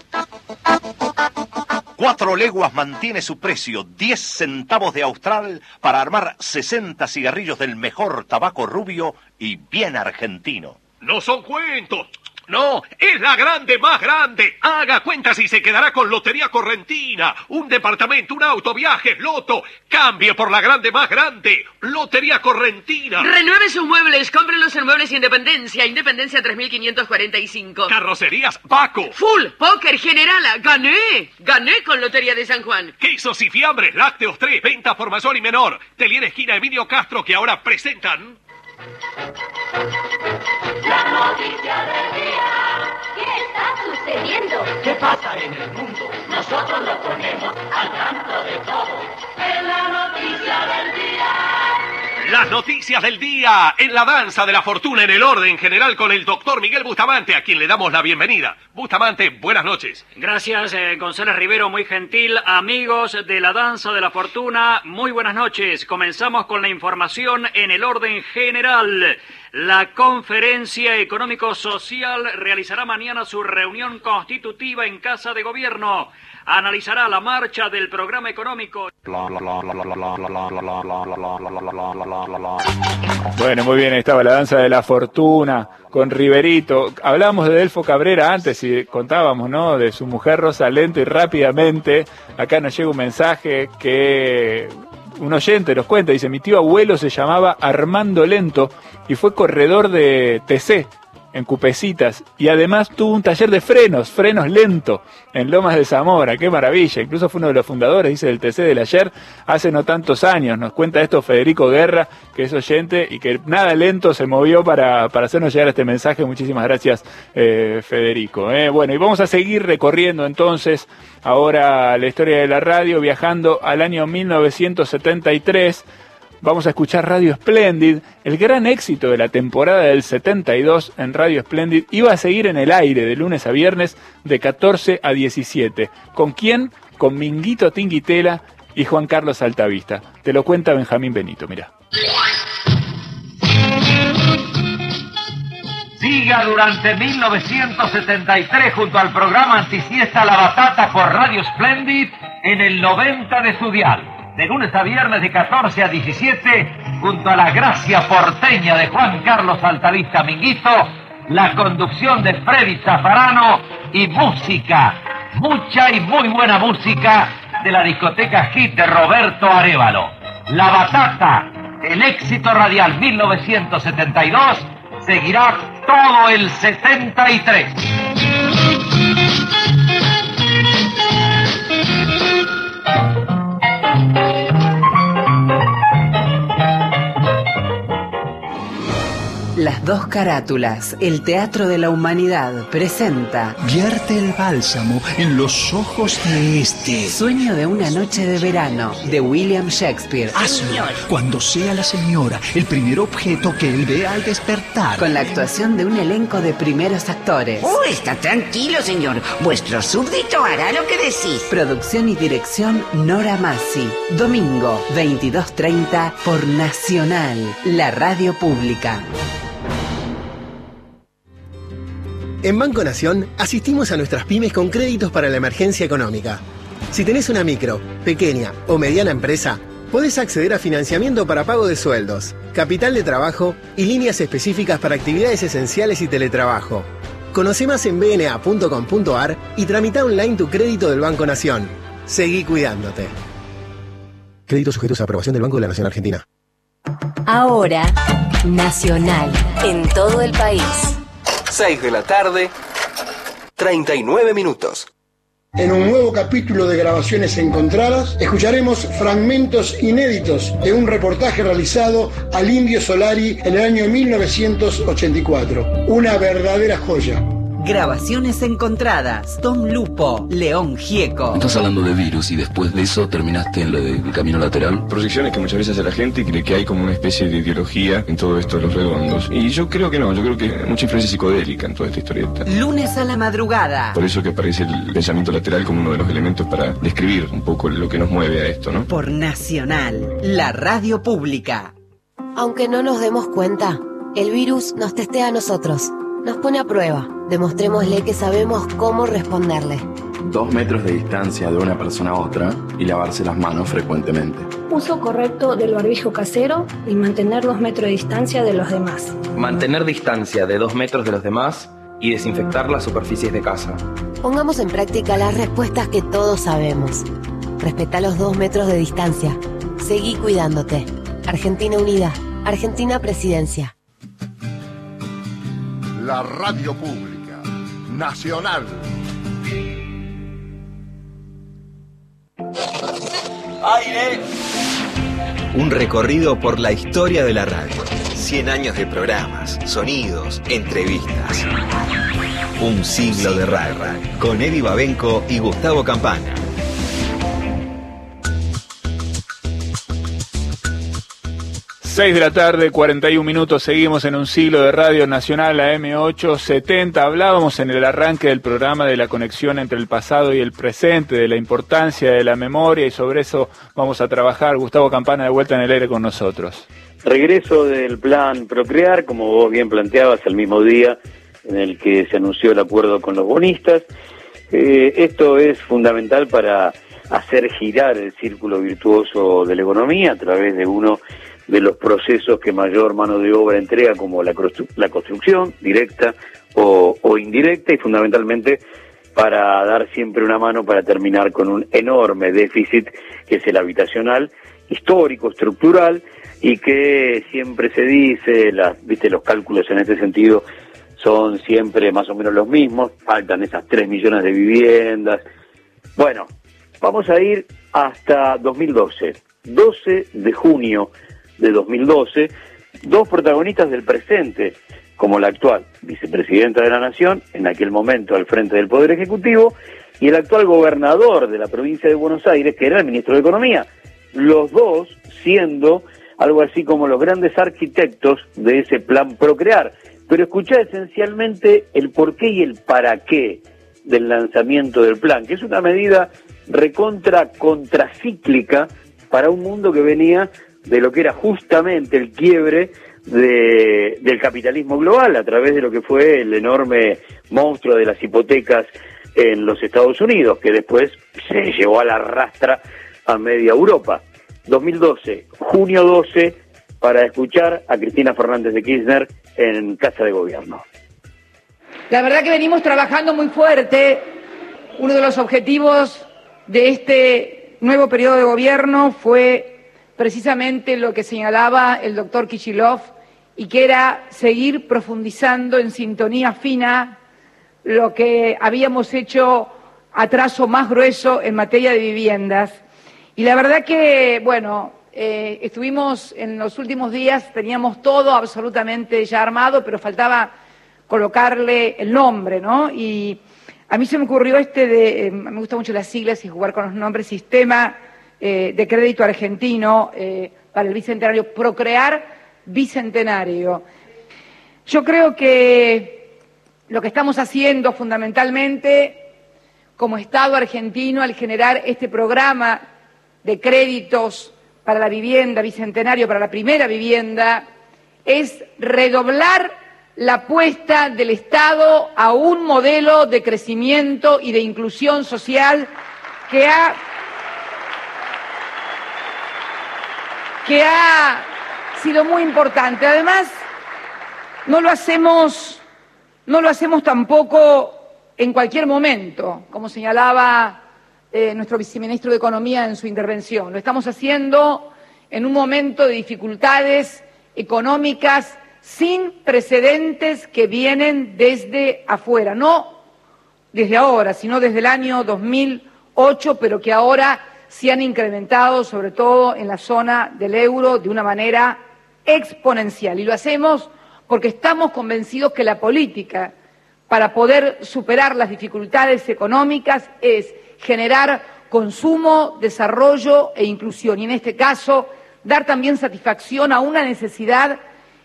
Cuatro leguas mantiene su precio, diez centavos de austral, para armar sesenta cigarrillos del mejor tabaco rubio y bien argentino. No son cuentos. No, es la grande más grande. Haga cuentas y se quedará con Lotería Correntina. Un departamento, un auto, viajes, loto. Cambie por la grande más grande. Lotería Correntina. Renueve sus muebles. Cómprelos en Muebles Independencia. Independencia tres mil quinientos cuarenta y cinco. Carrocerías Baco. Full, Póker, Generala. Gané. Gané con Lotería de San Juan. Quesos y fiambres, lácteos tres, ventas por mayor y menor. Telier esquina Emilio Castro, que ahora presentan... La noticia del día. ¿Qué está sucediendo? ¿Qué pasa en el mundo? Nosotros lo ponemos al tanto de todo. En la noticia del día. Las noticias del día en la danza de la fortuna en el orden general con el doctor Miguel Bustamante, a quien le damos la bienvenida. Bustamante, buenas noches. Gracias, eh, González Rivero, muy gentil. Amigos de la danza de la fortuna, muy buenas noches. Comenzamos con la información en el orden general. La Conferencia Económico-Social realizará mañana su reunión constitutiva en Casa de Gobierno. Analizará la marcha del programa económico. Bueno, muy bien, estaba la danza de la fortuna con Riverito. Hablamos de Delfo Cabrera antes, y contábamos, ¿no?, de su mujer Rosa Lento, y rápidamente acá nos llega un mensaje que un oyente nos cuenta, dice: mi tío abuelo se llamaba Armando Lento y fue corredor de T C en Cupecitas, y además tuvo un taller de frenos, frenos lento, en Lomas de Zamora. ¡Qué maravilla! Incluso fue uno de los fundadores, dice, del T C del ayer, hace no tantos años. Nos cuenta esto Federico Guerra, que es oyente y que nada lento se movió para, para hacernos llegar este mensaje. Muchísimas gracias, eh, Federico. Eh, bueno, y vamos a seguir recorriendo entonces ahora la historia de la radio, viajando al año mil novecientos setenta y tres. Vamos a escuchar Radio Splendid. El gran éxito de la temporada del setenta y dos en Radio Splendid iba a seguir en el aire de lunes a viernes de catorce a diecisiete. ¿Con quién? Con Minguito Tinguitela y Juan Carlos Altavista. Te lo cuenta Benjamín Benito, mirá. Siga durante mil novecientos setenta y tres junto al programa Antisiesta La Batata por Radio Splendid en el noventa de su dial. De lunes a viernes de catorce a diecisiete, junto a la gracia porteña de Juan Carlos Altavista Minguito, la conducción de Freddy Zaffarano y música, mucha y muy buena música de la discoteca Hit de Roberto Arévalo. La Batata, el éxito radial mil novecientos setenta y dos, seguirá todo el setenta y tres. Las dos carátulas, el Teatro de la Humanidad, presenta Vierte el bálsamo en los ojos de este. Sueño de una noche de verano, de William Shakespeare. Hazlo cuando sea la señora el primer objeto que él vea al despertar. Con la actuación de un elenco de primeros actores. Oh, está tranquilo, señor. Vuestro súbdito hará lo que decís. Producción y dirección Nora Massi. Domingo, veintidós treinta, por Nacional, la radio pública. En Banco Nación asistimos a nuestras pymes con créditos para la emergencia económica. Si tenés una micro, pequeña o mediana empresa, podés acceder a financiamiento para pago de sueldos, capital de trabajo y líneas específicas para actividades esenciales y teletrabajo. Conoce más en b n a punto com punto a r y tramita online tu crédito del Banco Nación. Seguí cuidándote. Créditos sujetos a aprobación del Banco de la Nación Argentina. Ahora, Nacional, en todo el país. seis de la tarde, treinta y nueve minutos. En un nuevo capítulo de Grabaciones Encontradas, escucharemos fragmentos inéditos de un reportaje realizado al Indio Solari en el año mil novecientos ochenta y cuatro. Una verdadera joya. Grabaciones Encontradas, Tom Lupo, León Gieco. Estás hablando de virus y después de eso terminaste en lo del camino lateral. Proyecciones que muchas veces hace la gente y cree que hay como una especie de ideología en todo esto de los redondos. Y yo creo que no, yo creo que hay mucha influencia psicodélica en toda esta historieta. Lunes a la madrugada. Por eso que aparece el pensamiento lateral como uno de los elementos para describir un poco lo que nos mueve a esto, ¿no? Por Nacional, la radio pública. Aunque no nos demos cuenta, el virus nos testea a nosotros. Nos pone a prueba. Demostrémosle que sabemos cómo responderle. Dos metros de distancia de una persona a otra y lavarse las manos frecuentemente. Uso correcto del barbijo casero y mantener dos metros de distancia de los demás. Mantener distancia de dos metros de los demás y desinfectar las superficies de casa. Pongamos en práctica las respuestas que todos sabemos. Respetá los dos metros de distancia. Seguí cuidándote. Argentina Unida. Argentina Presidencia. La radio pública, nacional. Aire. Un recorrido por la historia de la radio. cien años de programas, sonidos, entrevistas. Un siglo de radio. Con Eddie Babenco y Gustavo Campana. seis de la tarde, cuarenta y un minutos, seguimos en un siglo de Radio Nacional, A M ochocientos setenta. Hablábamos en el arranque del programa de la conexión entre el pasado y el presente, de la importancia de la memoria, y sobre eso vamos a trabajar. Gustavo Campana, de vuelta en el aire con nosotros. Regreso del plan Procrear, como vos bien planteabas, el mismo día en el que se anunció el acuerdo con los bonistas. Eh, esto es fundamental para hacer girar el círculo virtuoso de la economía a través de uno de los procesos que mayor mano de obra entrega, como la, constru la construcción directa o, o indirecta, y fundamentalmente para dar siempre una mano para terminar con un enorme déficit que es el habitacional, histórico, estructural, y que siempre se dice, las, viste, los cálculos en este sentido son siempre más o menos los mismos, faltan esas tres millones de viviendas. Bueno, vamos a ir hasta dos mil doce, doce de junio de dos mil doce, dos protagonistas del presente, como la actual vicepresidenta de la Nación, en aquel momento al frente del Poder Ejecutivo, y el actual gobernador de la provincia de Buenos Aires, que era el ministro de Economía. Los dos siendo algo así como los grandes arquitectos de ese plan Procrear. Pero escuchá esencialmente el porqué y el para qué del lanzamiento del plan, que es una medida recontra contracíclica para un mundo que venía de lo que era justamente el quiebre de, del capitalismo global a través de lo que fue el enorme monstruo de las hipotecas en los Estados Unidos, que después se llevó a la rastra a media Europa. dos mil doce, junio doce, para escuchar a Cristina Fernández de Kirchner en Casa de Gobierno. La verdad que venimos trabajando muy fuerte. Uno de los objetivos de este nuevo periodo de gobierno fue precisamente lo que señalaba el doctor Kicillof, y que era seguir profundizando en sintonía fina lo que habíamos hecho a trazo más grueso en materia de viviendas. Y la verdad que, bueno, eh, estuvimos en los últimos días, teníamos todo absolutamente ya armado, pero faltaba colocarle el nombre, ¿no? Y a mí se me ocurrió este de, eh, me gustan mucho las siglas y jugar con los nombres, Sistema eh, de Crédito Argentino eh, para el Bicentenario, Procrear Bicentenario. Yo creo que lo que estamos haciendo fundamentalmente como Estado argentino al generar este programa de créditos para la vivienda, bicentenario para la primera vivienda, es redoblar la apuesta del Estado a un modelo de crecimiento y de inclusión social que ha, que ha sido muy importante. Además, no lo hacemos, no lo hacemos tampoco en cualquier momento, como señalaba eh, nuestro viceministro de Economía en su intervención. Lo estamos haciendo en un momento de dificultades económicas sin precedentes que vienen desde afuera, no desde ahora, sino desde el año dos mil ocho, pero que ahora se han incrementado, sobre todo en la zona del euro, de una manera exponencial. Y lo hacemos porque estamos convencidos que la política para poder superar las dificultades económicas es generar consumo, desarrollo e inclusión. Y en este caso, dar también satisfacción a una necesidad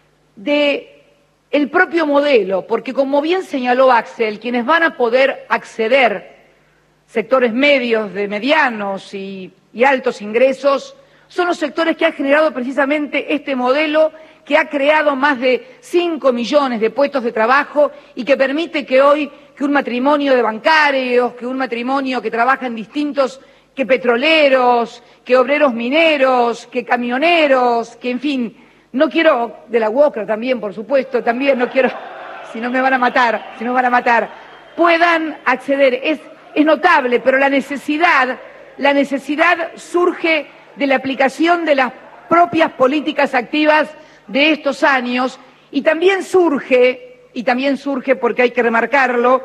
de el propio modelo, porque como bien señaló Axel, quienes van a poder acceder, sectores medios, de medianos y, y altos ingresos, son los sectores que han generado precisamente este modelo, que ha creado más de cinco millones de puestos de trabajo y que permite que hoy, que un matrimonio de bancarios, que un matrimonio que trabaja en distintos, que petroleros, que obreros mineros, que camioneros, que en fin, no quiero, de la Walker también, por supuesto, también no quiero, si no me van a matar, si no me van a matar, puedan acceder. Es, es notable, pero la necesidad, la necesidad surge de la aplicación de las propias políticas activas de estos años, y también surge, y también surge porque hay que remarcarlo,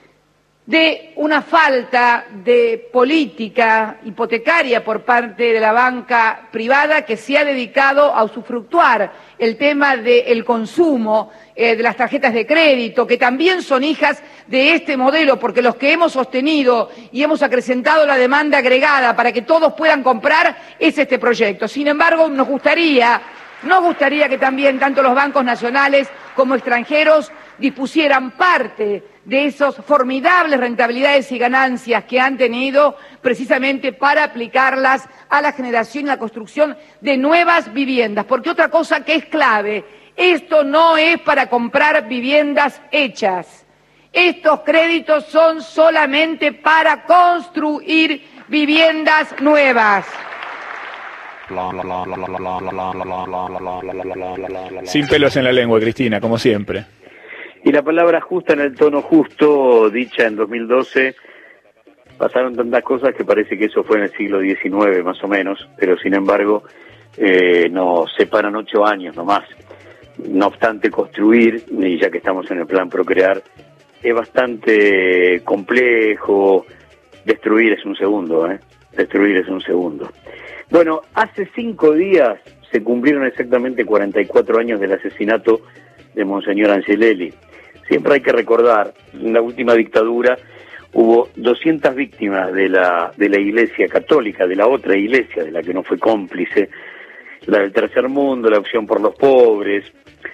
de una falta de política hipotecaria por parte de la banca privada, que se ha dedicado a usufructuar el tema del consumo, eh, de las tarjetas de crédito, que también son hijas de este modelo, porque los que hemos sostenido y hemos acrecentado la demanda agregada para que todos puedan comprar es este proyecto. Sin embargo, nos gustaría, nos gustaría que también tanto los bancos nacionales como extranjeros dispusieran parte de esas formidables rentabilidades y ganancias que han tenido precisamente para aplicarlas a la generación y la construcción de nuevas viviendas. Porque otra cosa que es clave, esto no es para comprar viviendas hechas. Estos créditos son solamente para construir viviendas nuevas. Sin pelos en la lengua, Cristina, como siempre. Y la palabra justa en el tono justo, dicha en dos mil doce, pasaron tantas cosas que parece que eso fue en el siglo diecinueve más o menos, pero sin embargo eh, nos separan ocho años nomás. No obstante, construir, y ya que estamos en el plan procrear, es bastante complejo. Destruir es un segundo, ¿eh? Destruir es un segundo. Bueno, hace cinco días se cumplieron exactamente cuarenta y cuatro años del asesinato de Monseñor Angelelli. Siempre hay que recordar, en la última dictadura hubo doscientas víctimas de la, de la Iglesia Católica, de la otra iglesia, de la que no fue cómplice, la del Tercer Mundo, la Opción por los Pobres,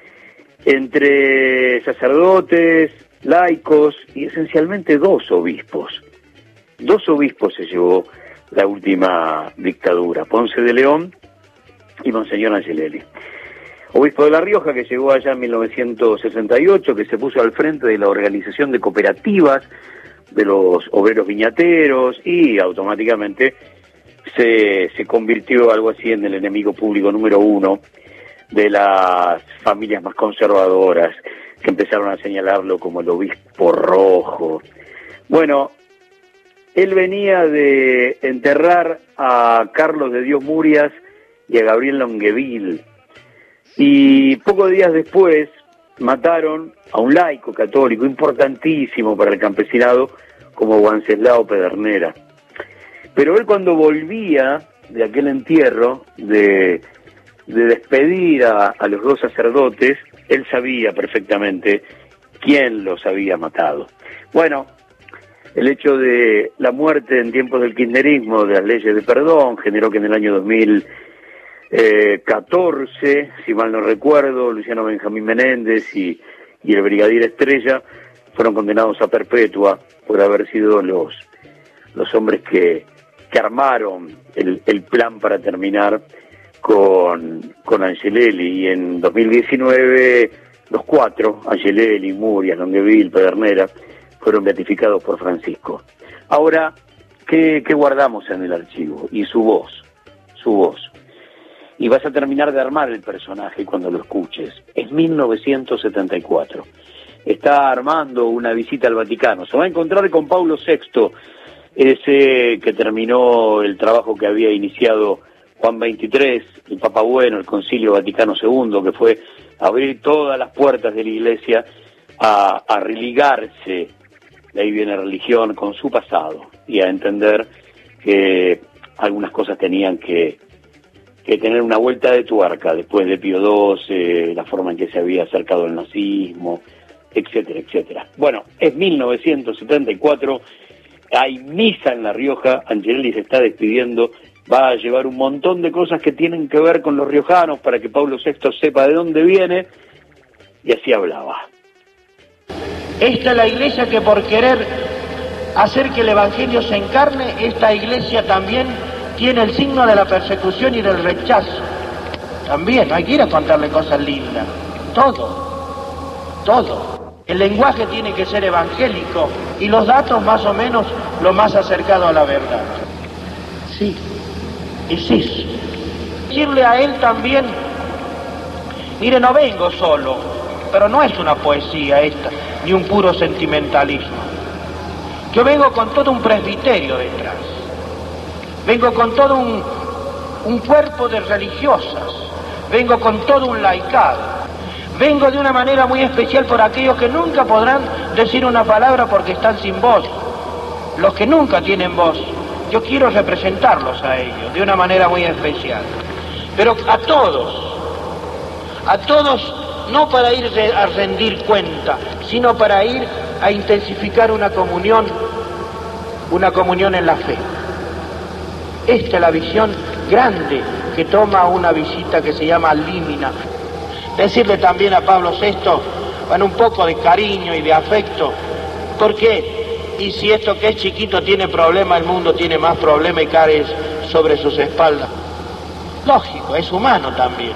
entre sacerdotes, laicos y esencialmente dos obispos. Dos obispos se llevó la última dictadura, Ponce de León y Monseñor Angelelli. Obispo de La Rioja, que llegó allá en mil novecientos sesenta y ocho, que se puso al frente de la organización de cooperativas de los obreros viñateros y automáticamente se, se convirtió algo así en el enemigo público número uno de las familias más conservadoras, que empezaron a señalarlo como el obispo rojo. Bueno, él venía de enterrar a Carlos de Dios Murias y a Gabriel Longueville, y pocos días después mataron a un laico católico importantísimo para el campesinado como Wenceslao Pedernera. Pero él, cuando volvía de aquel entierro, de, de despedir a, a los dos sacerdotes, él sabía perfectamente quién los había matado. Bueno, el hecho de la muerte en tiempos del kirchnerismo, de las leyes de perdón, generó que en el año dos mil catorce, si mal no recuerdo, Luciano Benjamín Menéndez y, y el brigadier Estrella fueron condenados a perpetua por haber sido los, los hombres que, que armaron el, el plan para terminar con, con Angelelli. Y en dos mil diecinueve los cuatro, Angelelli, Murias, Longueville, Pedernera, fueron beatificados por Francisco. Ahora, ¿qué, qué guardamos en el archivo? Y su voz, su voz. Y vas a terminar de armar el personaje cuando lo escuches. Es mil novecientos setenta y cuatro. Está armando una visita al Vaticano. Se va a encontrar con Pablo sexto, ese que terminó el trabajo que había iniciado Juan veintitrés, el Papa Bueno, el Concilio Vaticano segundo, que fue abrir todas las puertas de la Iglesia a, a religarse, de ahí viene religión, con su pasado, y a entender que algunas cosas tenían que que tener una vuelta de tuerca después de Pío doce, la forma en que se había acercado el nazismo, etcétera, etcétera. Bueno, es mil novecientos setenta y cuatro, hay misa en La Rioja, Angelelli se está despidiendo, va a llevar un montón de cosas que tienen que ver con los riojanos para que Pablo sexto sepa de dónde viene, y así hablaba. Esta es la iglesia que, por querer hacer que el evangelio se encarne, esta iglesia también tiene el signo de la persecución y del rechazo. También, no hay que ir a contarle cosas lindas. Todo, todo. El lenguaje tiene que ser evangélico y los datos más o menos lo más acercado a la verdad. Sí, es eso. Decirle a él también, mire, no vengo solo, pero no es una poesía esta, ni un puro sentimentalismo. Yo vengo con todo un presbiterio detrás. Vengo con todo un, un cuerpo de religiosas, vengo con todo un laicado, vengo de una manera muy especial por aquellos que nunca podrán decir una palabra porque están sin voz, los que nunca tienen voz. Yo quiero representarlos a ellos de una manera muy especial, pero a todos, a todos, no para ir a rendir cuenta, sino para ir a intensificar una comunión, una comunión en la fe. Esta es la visión grande que toma una visita que se llama Límina. Decirle también a Pablo sexto, con un poco de cariño y de afecto, porque, y si esto que es chiquito tiene problema, el mundo tiene más problema y cae sobre sus espaldas. Lógico, es humano también.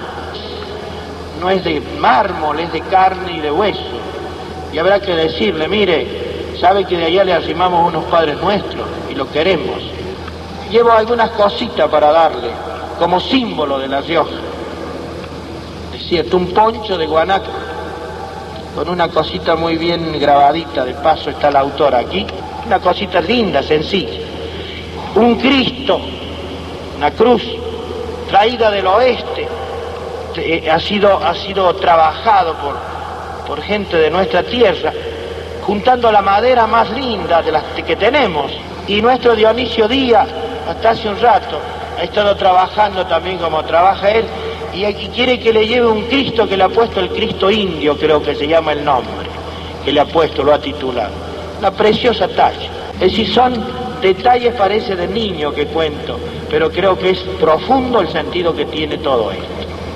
No es de mármol, es de carne y de hueso. Y habrá que decirle, mire, sabe que de allá le arrimamos unos padres nuestros y lo queremos. Llevo algunas cositas para darle, como símbolo de La Rioja. Es cierto, un poncho de guanaco, con una cosita muy bien grabadita, de paso está la autora aquí, una cosita linda, sencilla. Un Cristo, una cruz traída del oeste, eh, ha sido, ha sido trabajado por, por gente de nuestra tierra, juntando la madera más linda de las que tenemos. Y nuestro Dionisio Díaz, hasta hace un rato, ha estado trabajando también como trabaja él, y aquí quiere que le lleve un Cristo que le ha puesto el Cristo indio, creo que se llama el nombre, que le ha puesto, lo ha titulado. Una preciosa talla. Es decir, son detalles, parece de niño que cuento, pero creo que es profundo el sentido que tiene todo esto.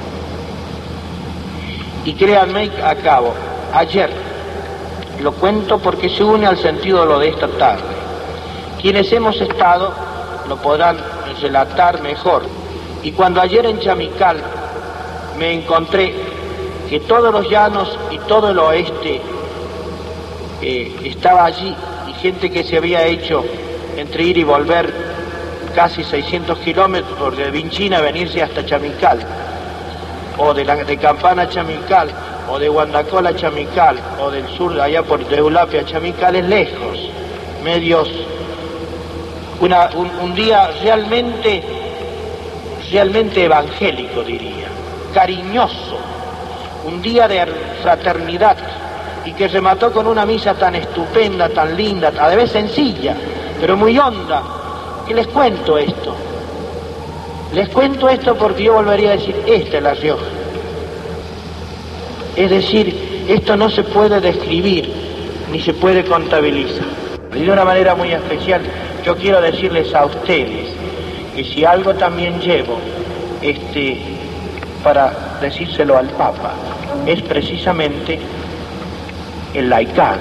Y créanme, acabo, ayer, lo cuento porque se une al sentido de lo de esta tarde. Quienes hemos estado lo podrán relatar mejor. Y cuando ayer en Chamical me encontré que todos los llanos y todo el oeste eh, estaba allí, y gente que se había hecho entre ir y volver casi seiscientos kilómetros de Vinchina, venirse hasta Chamical, o de, la, de Campana a Chamical, o de Guandacola a Chamical, o del sur allá por Deulapia a Chamical, es lejos, medios, una, un, un día realmente, realmente evangélico, diría, cariñoso, un día de fraternidad, y que remató con una misa tan estupenda, tan linda, a vez sencilla, pero muy honda. Que les cuento esto, les cuento esto porque yo volvería a decir, esta es La Rioja. Es decir, esto no se puede describir, ni se puede contabilizar. Y de una manera muy especial, yo quiero decirles a ustedes que si algo también llevo, este, para decírselo al Papa, es precisamente el laicado.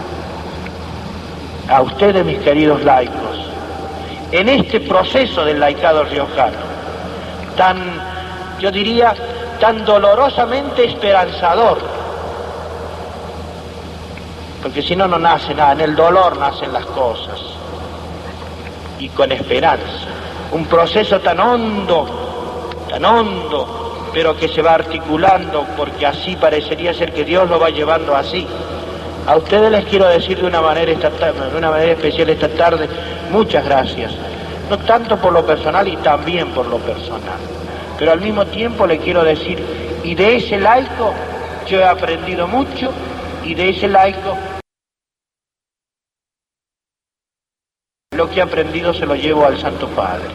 A ustedes, mis queridos laicos, en este proceso del laicado riojano, tan, yo diría, tan dolorosamente esperanzador, porque si no, no nace nada, en el dolor nacen las cosas, y con esperanza, un proceso tan hondo, tan hondo, pero que se va articulando, porque así parecería ser que Dios lo va llevando así. A ustedes les quiero decir de una manera esta tarde, de una manera especial esta tarde, muchas gracias, no tanto por lo personal y también por lo personal, pero al mismo tiempo le quiero decir, y de ese laico yo he aprendido mucho, y de ese laico lo que he aprendido se lo llevo al Santo Padre.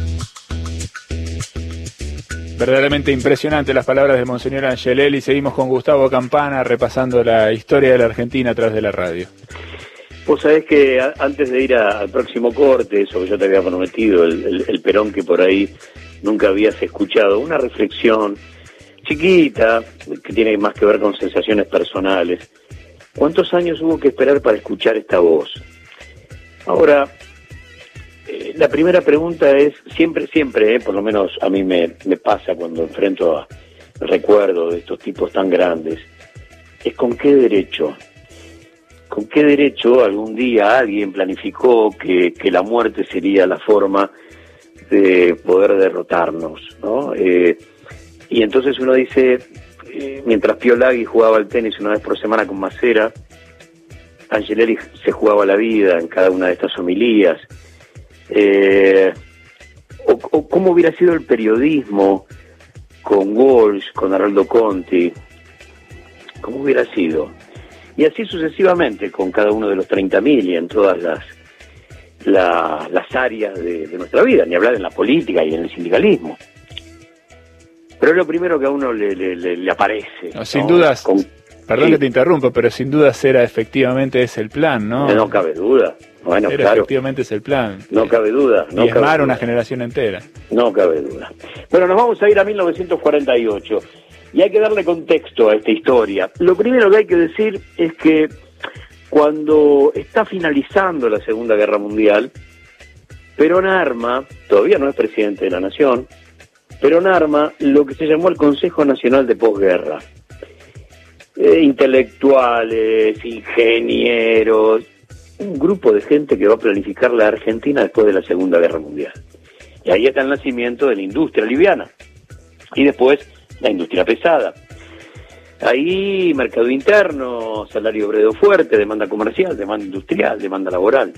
Verdaderamente impresionante las palabras de Monseñor Angelelli. Seguimos con Gustavo Campana repasando la historia de la Argentina a través de la radio. Vos sabés que a, antes de ir a, al próximo corte, eso que yo te había prometido, el, el, el Perón que por ahí nunca habías escuchado, una reflexión chiquita que tiene más que ver con sensaciones personales. ¿Cuántos años hubo que esperar para escuchar esta voz? Ahora, eh, la primera pregunta es, siempre, siempre, eh, por lo menos a mí me, me pasa cuando enfrento a recuerdos de estos tipos tan grandes, es con qué derecho, con qué derecho algún día alguien planificó que, que la muerte sería la forma de poder derrotarnos, ¿no? Eh, y entonces uno dice, eh, mientras Pío Lagui jugaba al tenis una vez por semana con Macera, Angelelli se jugaba la vida en cada una de estas homilías. Eh, o, o cómo hubiera sido el periodismo con Walsh, con Arnaldo Conti, cómo hubiera sido, y así sucesivamente con cada uno de los treinta mil y en todas las la, las áreas de, de nuestra vida, ni hablar en la política y en el sindicalismo. Pero es lo primero que a uno le, le, le, le aparece, no, sin ¿no? dudas, con, perdón sí. que te interrumpa, pero sin dudas era efectivamente ese el plan, ¿no? No cabe duda. Bueno, Era claro. efectivamente es el plan. No cabe duda. No Diezmar cabe una duda. generación entera. No cabe duda. Bueno, nos vamos a ir a mil novecientos cuarenta y ocho y hay que darle contexto a esta historia. Lo primero que hay que decir es que cuando está finalizando la Segunda Guerra Mundial, Perón arma, todavía no es presidente de la Nación, Perón arma lo que se llamó el Consejo Nacional de Posguerra. Eh, intelectuales, ingenieros, un grupo de gente que va a planificar la Argentina después de la Segunda Guerra Mundial. Y ahí está el nacimiento de la industria liviana y después la industria pesada. Ahí mercado interno, salario obrero fuerte, demanda comercial, demanda industrial, demanda laboral.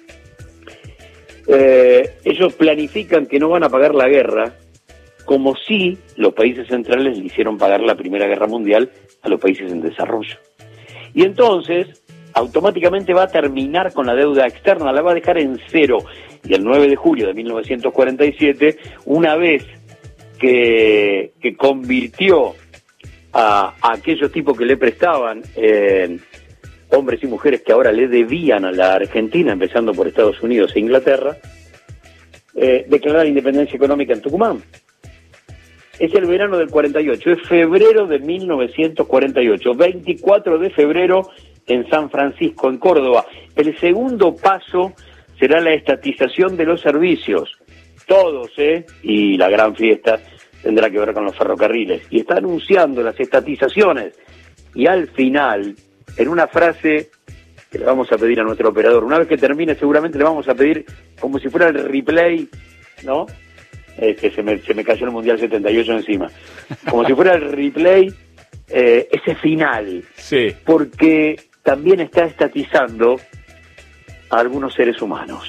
Eh, ellos planifican que no van a pagar la guerra, como si los países centrales le hicieron pagar la Primera Guerra Mundial a los países en desarrollo. Y entonces, automáticamente va a terminar con la deuda externa, la va a dejar en cero. Y el nueve de julio de mil novecientos cuarenta y siete, una vez que, que convirtió a, a aquellos tipos que le prestaban, eh, hombres y mujeres que ahora le debían a la Argentina, empezando por Estados Unidos e Inglaterra, eh, declarar la independencia económica en Tucumán. Es el verano del cuarenta y ocho, es febrero de mil novecientos cuarenta y ocho, veinticuatro de febrero en San Francisco, en Córdoba. El segundo paso será la estatización de los servicios, todos, ¿eh? Y la gran fiesta tendrá que ver con los ferrocarriles. Y está anunciando las estatizaciones. Y al final, en una frase que le vamos a pedir a nuestro operador, una vez que termine seguramente le vamos a pedir, como si fuera el replay, ¿no? Es que se me, se me cayó el Mundial setenta y ocho encima. Como si fuera el replay, eh, ese final. Sí. Porque también está estatizando a algunos seres humanos.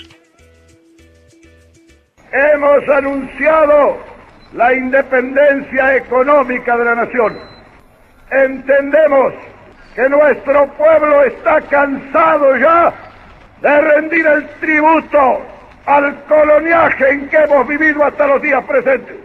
Hemos anunciado la independencia económica de la nación. Entendemos que nuestro pueblo está cansado ya de rendir el tributo al coloniaje en que hemos vivido hasta los días presentes.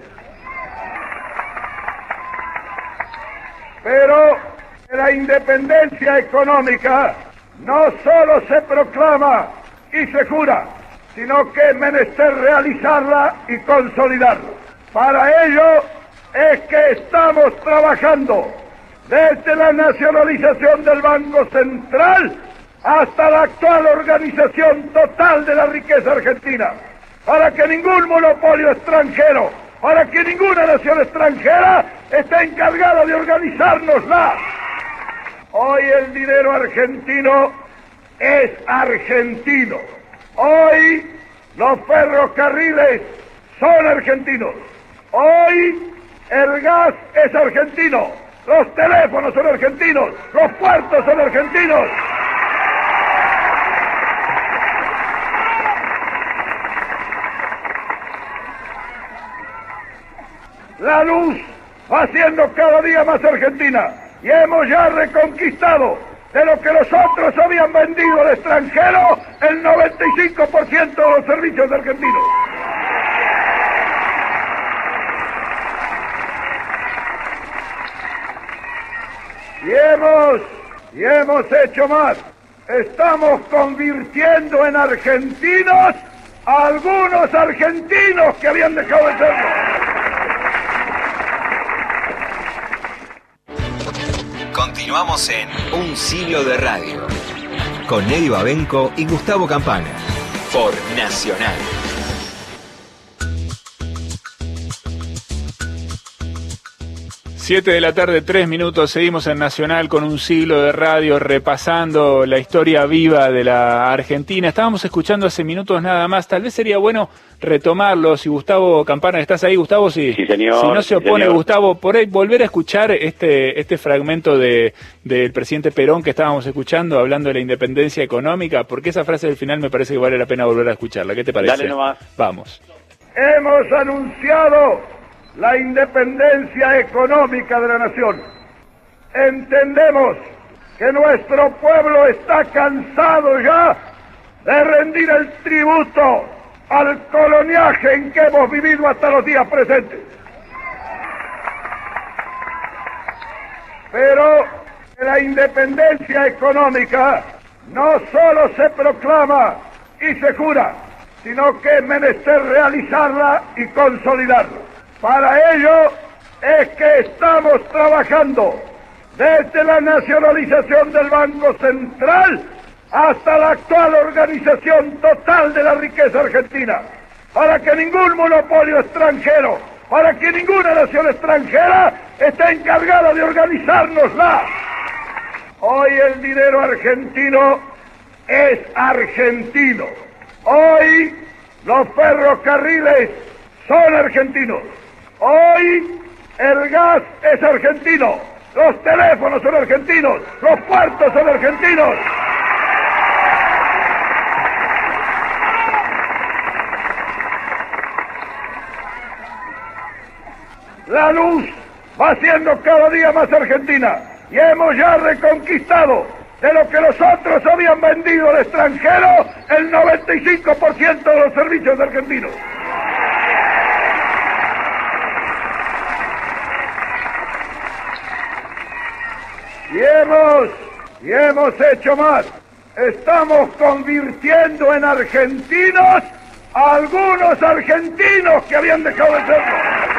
Pero la independencia económica no solo se proclama y se jura, sino que es menester realizarla y consolidarla. Para ello es que estamos trabajando desde la nacionalización del Banco Central hasta la actual organización total de la riqueza argentina, para que ningún monopolio extranjero, para que ninguna nación extranjera esté encargada de organizárnosla. Hoy el dinero argentino es argentino. Hoy los ferrocarriles son argentinos. Hoy el gas es argentino. Los teléfonos son argentinos. Los puertos son argentinos. La luz va siendo cada día más argentina y hemos ya reconquistado de lo que los otros habían vendido al extranjero el noventa y cinco por ciento de los servicios argentinos. Y hemos, y hemos hecho más. Estamos convirtiendo en argentinos a algunos argentinos que habían dejado de serlo. Continuamos en Un Siglo de Radio con Eddie Babenco y Gustavo Campana por Nacional. Siete de la tarde, tres minutos, seguimos en Nacional con Un Siglo de Radio, repasando la historia viva de la Argentina. Estábamos escuchando hace minutos nada más, tal vez sería bueno retomarlo. Si Gustavo Campana, ¿estás ahí, Gustavo? Sí, sí señor. Si no se opone, sí, Gustavo, por ahí volver a escuchar este este fragmento de del presidente Perón que estábamos escuchando, hablando de la independencia económica, porque esa frase del final me parece que vale la pena volver a escucharla. ¿Qué te parece? Dale nomás. Vamos. Hemos anunciado la independencia económica de la nación. Entendemos que nuestro pueblo está cansado ya de rendir el tributo al coloniaje en que hemos vivido hasta los días presentes. Pero la independencia económica no solo se proclama y se jura, sino que es menester realizarla y consolidarla. Para ello es que estamos trabajando desde la nacionalización del Banco Central hasta la actual organización total de la riqueza argentina, para que ningún monopolio extranjero, para que ninguna nación extranjera esté encargada de organizárnosla. Hoy el dinero argentino es argentino. Hoy los ferrocarriles son argentinos. Hoy el gas es argentino. los teléfonos son argentinos, los puertos son argentinos. La luz va siendo cada día más argentina y hemos ya reconquistado de lo que los otros habían vendido al extranjero el noventa y cinco por ciento de los servicios argentinos. Y hemos, y hemos hecho más. Estamos convirtiendo en argentinos a algunos argentinos que habían dejado de serlo.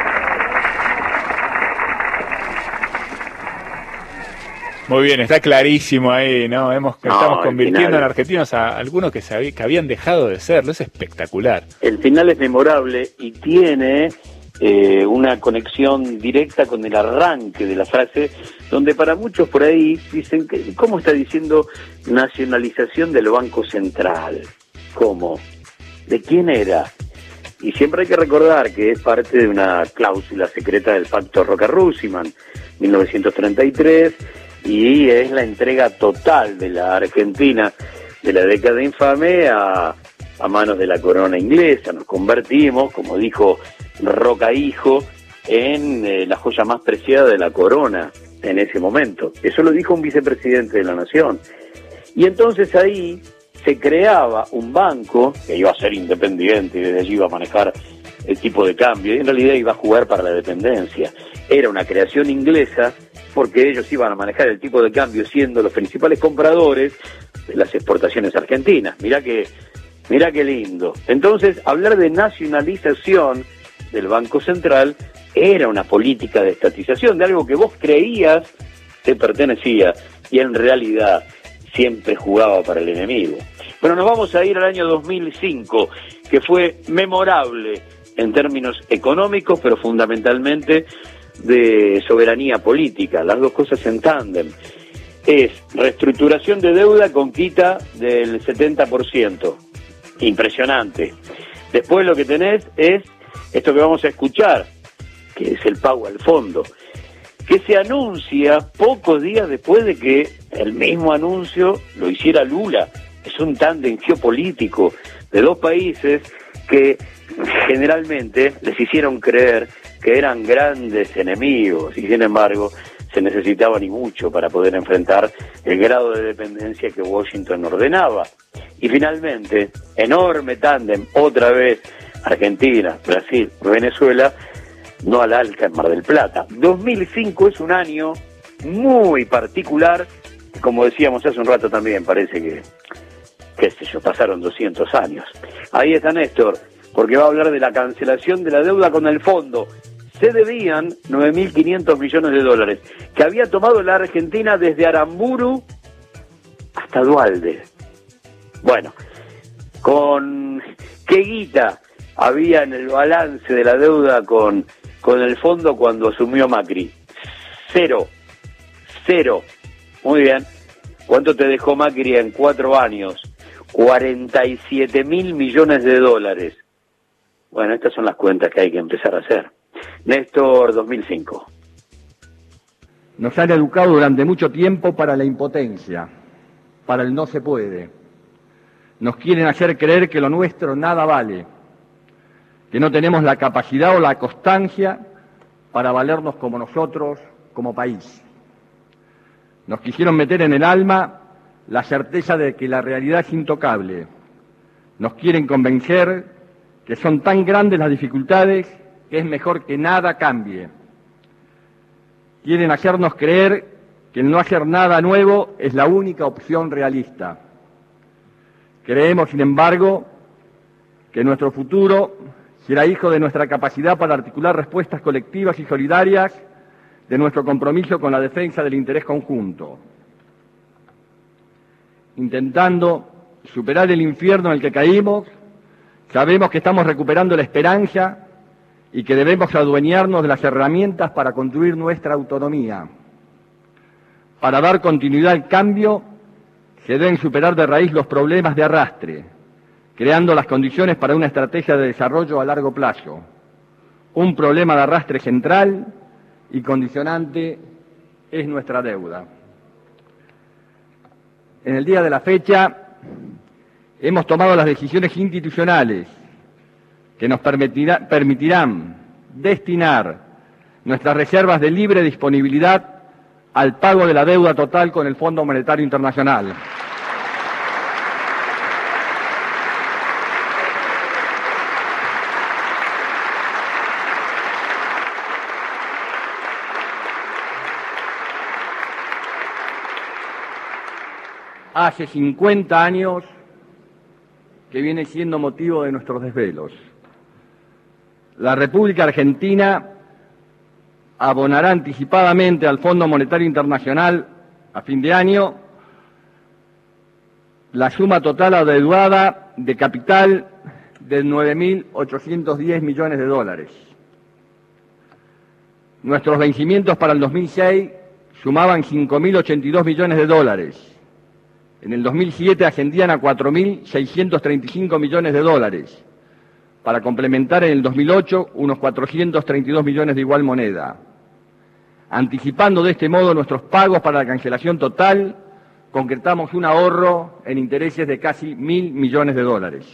Muy bien, está clarísimo ahí, ¿no? Hemos, No, estamos el convirtiendo final. en argentinos a algunos que, se habí- que habían dejado de serlo. Es espectacular. El final es memorable y tiene eh, una conexión directa con el arranque de la frase, donde para muchos por ahí dicen, que ¿cómo está diciendo nacionalización del Banco Central? ¿Cómo? ¿De quién era? Y siempre hay que recordar que es parte de una cláusula secreta del Pacto Roca-Rusiman, mil novecientos treinta y tres, y es la entrega total de la Argentina de la década infame a, a manos de la corona inglesa. Nos convertimos, como dijo Roca Hijo, en eh, la joya más preciada de la corona en ese momento. Eso lo dijo un vicepresidente de la Nación. Y entonces ahí se creaba un banco que iba a ser independiente y desde allí iba a manejar el tipo de cambio, y en realidad iba a jugar para la dependencia. Era una creación inglesa porque ellos iban a manejar el tipo de cambio siendo los principales compradores de las exportaciones argentinas. Mirá que, mirá qué lindo. Entonces, hablar de nacionalización del Banco Central era una política de estatización, de algo que vos creías te pertenecía y en realidad siempre jugaba para el enemigo. Pero nos vamos a ir al año dos mil cinco, que fue memorable en términos económicos, pero fundamentalmente de soberanía política, las dos cosas en tándem. Es reestructuración de deuda con quita del setenta por ciento. Impresionante. Después lo que tenés es esto que vamos a escuchar, que es el pago al fondo, que se anuncia pocos días después de que el mismo anuncio lo hiciera Lula. Es un tándem geopolítico de dos países que generalmente les hicieron creer que eran grandes enemigos y sin embargo se necesitaba ni mucho para poder enfrentar el grado de dependencia que Washington ordenaba. Y finalmente, enorme tándem, otra vez Argentina, Brasil, Venezuela, no al Alca en Mar del Plata. dos mil cinco es un año muy particular, como decíamos hace un rato también, parece que, qué sé yo, pasaron doscientos años. Ahí está Néstor, porque va a hablar de la cancelación de la deuda con el fondo. Se debían nueve mil quinientos millones de dólares, que había tomado la Argentina desde Aramburu hasta Duhalde. Bueno, ¿con qué guita había en el balance de la deuda con, con el fondo cuando asumió Macri? Cero. Cero. Muy bien. ¿Cuánto te dejó Macri en cuatro años? cuarenta y siete mil millones de dólares. Bueno, estas son las cuentas que hay que empezar a hacer. Néstor, dos mil cinco. Nos han educado durante mucho tiempo para la impotencia, para el no se puede. Nos quieren hacer creer que lo nuestro nada vale, que no tenemos la capacidad o la constancia para valernos como nosotros, como país. Nos quisieron meter en el alma la certeza de que la realidad es intocable. Nos quieren convencer que son tan grandes las dificultades que es mejor que nada cambie. Quieren hacernos creer que el no hacer nada nuevo es la única opción realista. Creemos, sin embargo, que nuestro futuro será hijo de nuestra capacidad para articular respuestas colectivas y solidarias, de nuestro compromiso con la defensa del interés conjunto. Intentando superar el infierno en el que caímos, sabemos que estamos recuperando la esperanza y que debemos adueñarnos de las herramientas para construir nuestra autonomía. Para dar continuidad al cambio, se deben superar de raíz los problemas de arrastre, creando las condiciones para una estrategia de desarrollo a largo plazo. Un problema de arrastre central y condicionante es nuestra deuda. En el día de la fecha hemos tomado las decisiones institucionales que nos permitirá, permitirán destinar nuestras reservas de libre disponibilidad al pago de la deuda total con el Fondo Monetario Internacional. Hace cincuenta años que viene siendo motivo de nuestros desvelos. La República Argentina abonará anticipadamente al Fondo Monetario Internacional a fin de año la suma total adeudada de capital de nueve mil ochocientos diez millones de dólares. Nuestros vencimientos para el dos mil seis sumaban cinco mil ochenta y dos millones de dólares. En el dos mil siete ascendían a cuatro mil seiscientos treinta y cinco millones de dólares, para complementar en el dos mil ocho unos cuatrocientos treinta y dos millones de igual moneda. Anticipando de este modo nuestros pagos para la cancelación total, concretamos un ahorro en intereses de casi mil millones de dólares.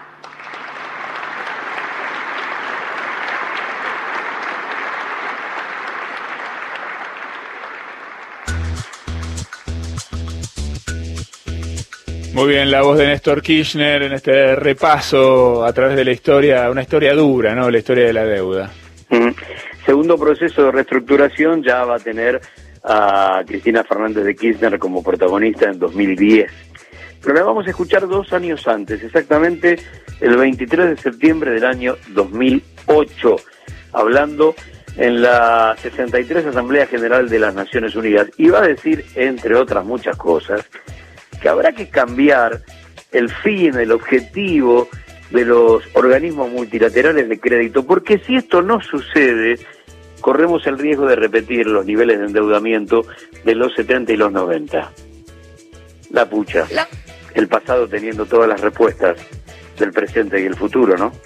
Muy bien, la voz de Néstor Kirchner en este repaso a través de la historia, una historia dura, ¿no? La historia de la deuda. Mm. Segundo proceso de reestructuración ya va a tener a Cristina Fernández de Kirchner como protagonista en dos mil diez. Pero la vamos a escuchar dos años antes, exactamente el veintitrés de septiembre del año dos mil ocho, hablando en la sesenta y tres Asamblea General de las Naciones Unidas. Y va a decir, entre otras muchas cosas, que habrá que cambiar el fin, el objetivo de los organismos multilaterales de crédito, porque si esto no sucede, corremos el riesgo de repetir los niveles de endeudamiento de los setenta y los noventa. La pucha, el pasado teniendo todas las respuestas del presente y el futuro, ¿no?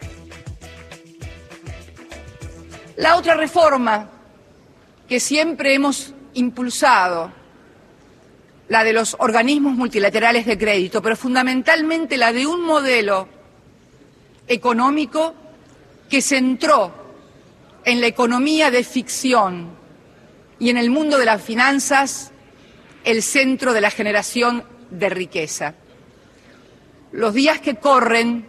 La otra reforma que siempre hemos impulsado, la de los organismos multilaterales de crédito, pero fundamentalmente la de un modelo económico que centró en la economía de ficción y en el mundo de las finanzas el centro de la generación de riqueza. Los días que corren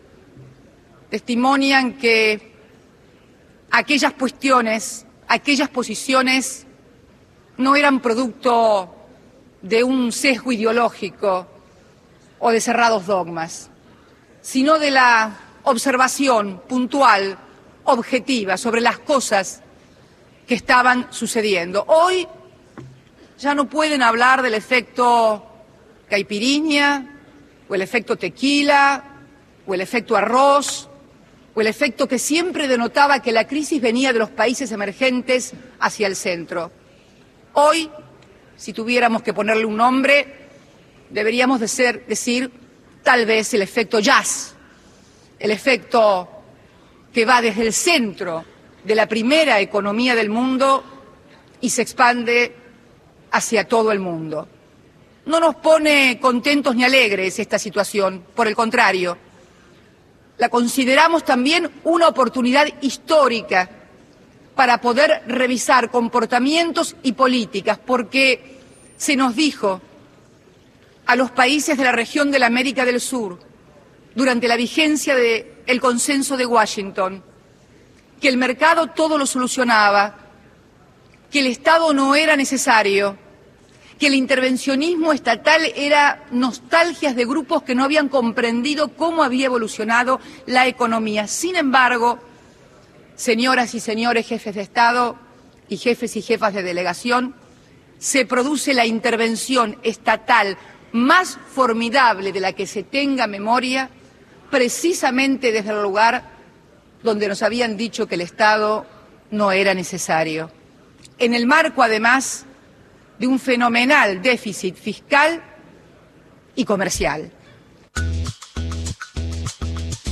testimonian que aquellas cuestiones, aquellas posiciones no eran producto de un sesgo ideológico o de cerrados dogmas, sino de la observación puntual, objetiva, sobre las cosas que estaban sucediendo. Hoy ya no pueden hablar del efecto caipirinha, o el efecto tequila, o el efecto arroz, o el efecto que siempre denotaba que la crisis venía de los países emergentes hacia el centro. Hoy, si tuviéramos que ponerle un nombre, deberíamos de ser, decir tal vez el efecto jazz, el efecto que va desde el centro de la primera economía del mundo y se expande hacia todo el mundo. No nos pone contentos ni alegres esta situación, por el contrario, la consideramos también una oportunidad histórica para poder revisar comportamientos y políticas, porque se nos dijo a los países de la región de la América del Sur, durante la vigencia del consenso de Washington, que el mercado todo lo solucionaba, que el Estado no era necesario, que el intervencionismo estatal era nostalgias de grupos que no habían comprendido cómo había evolucionado la economía. Sin embargo, señoras y señores jefes de Estado y jefes y jefas de delegación, se produce la intervención estatal más formidable de la que se tenga memoria, precisamente desde el lugar donde nos habían dicho que el Estado no era necesario. En el marco, además, de un fenomenal déficit fiscal y comercial.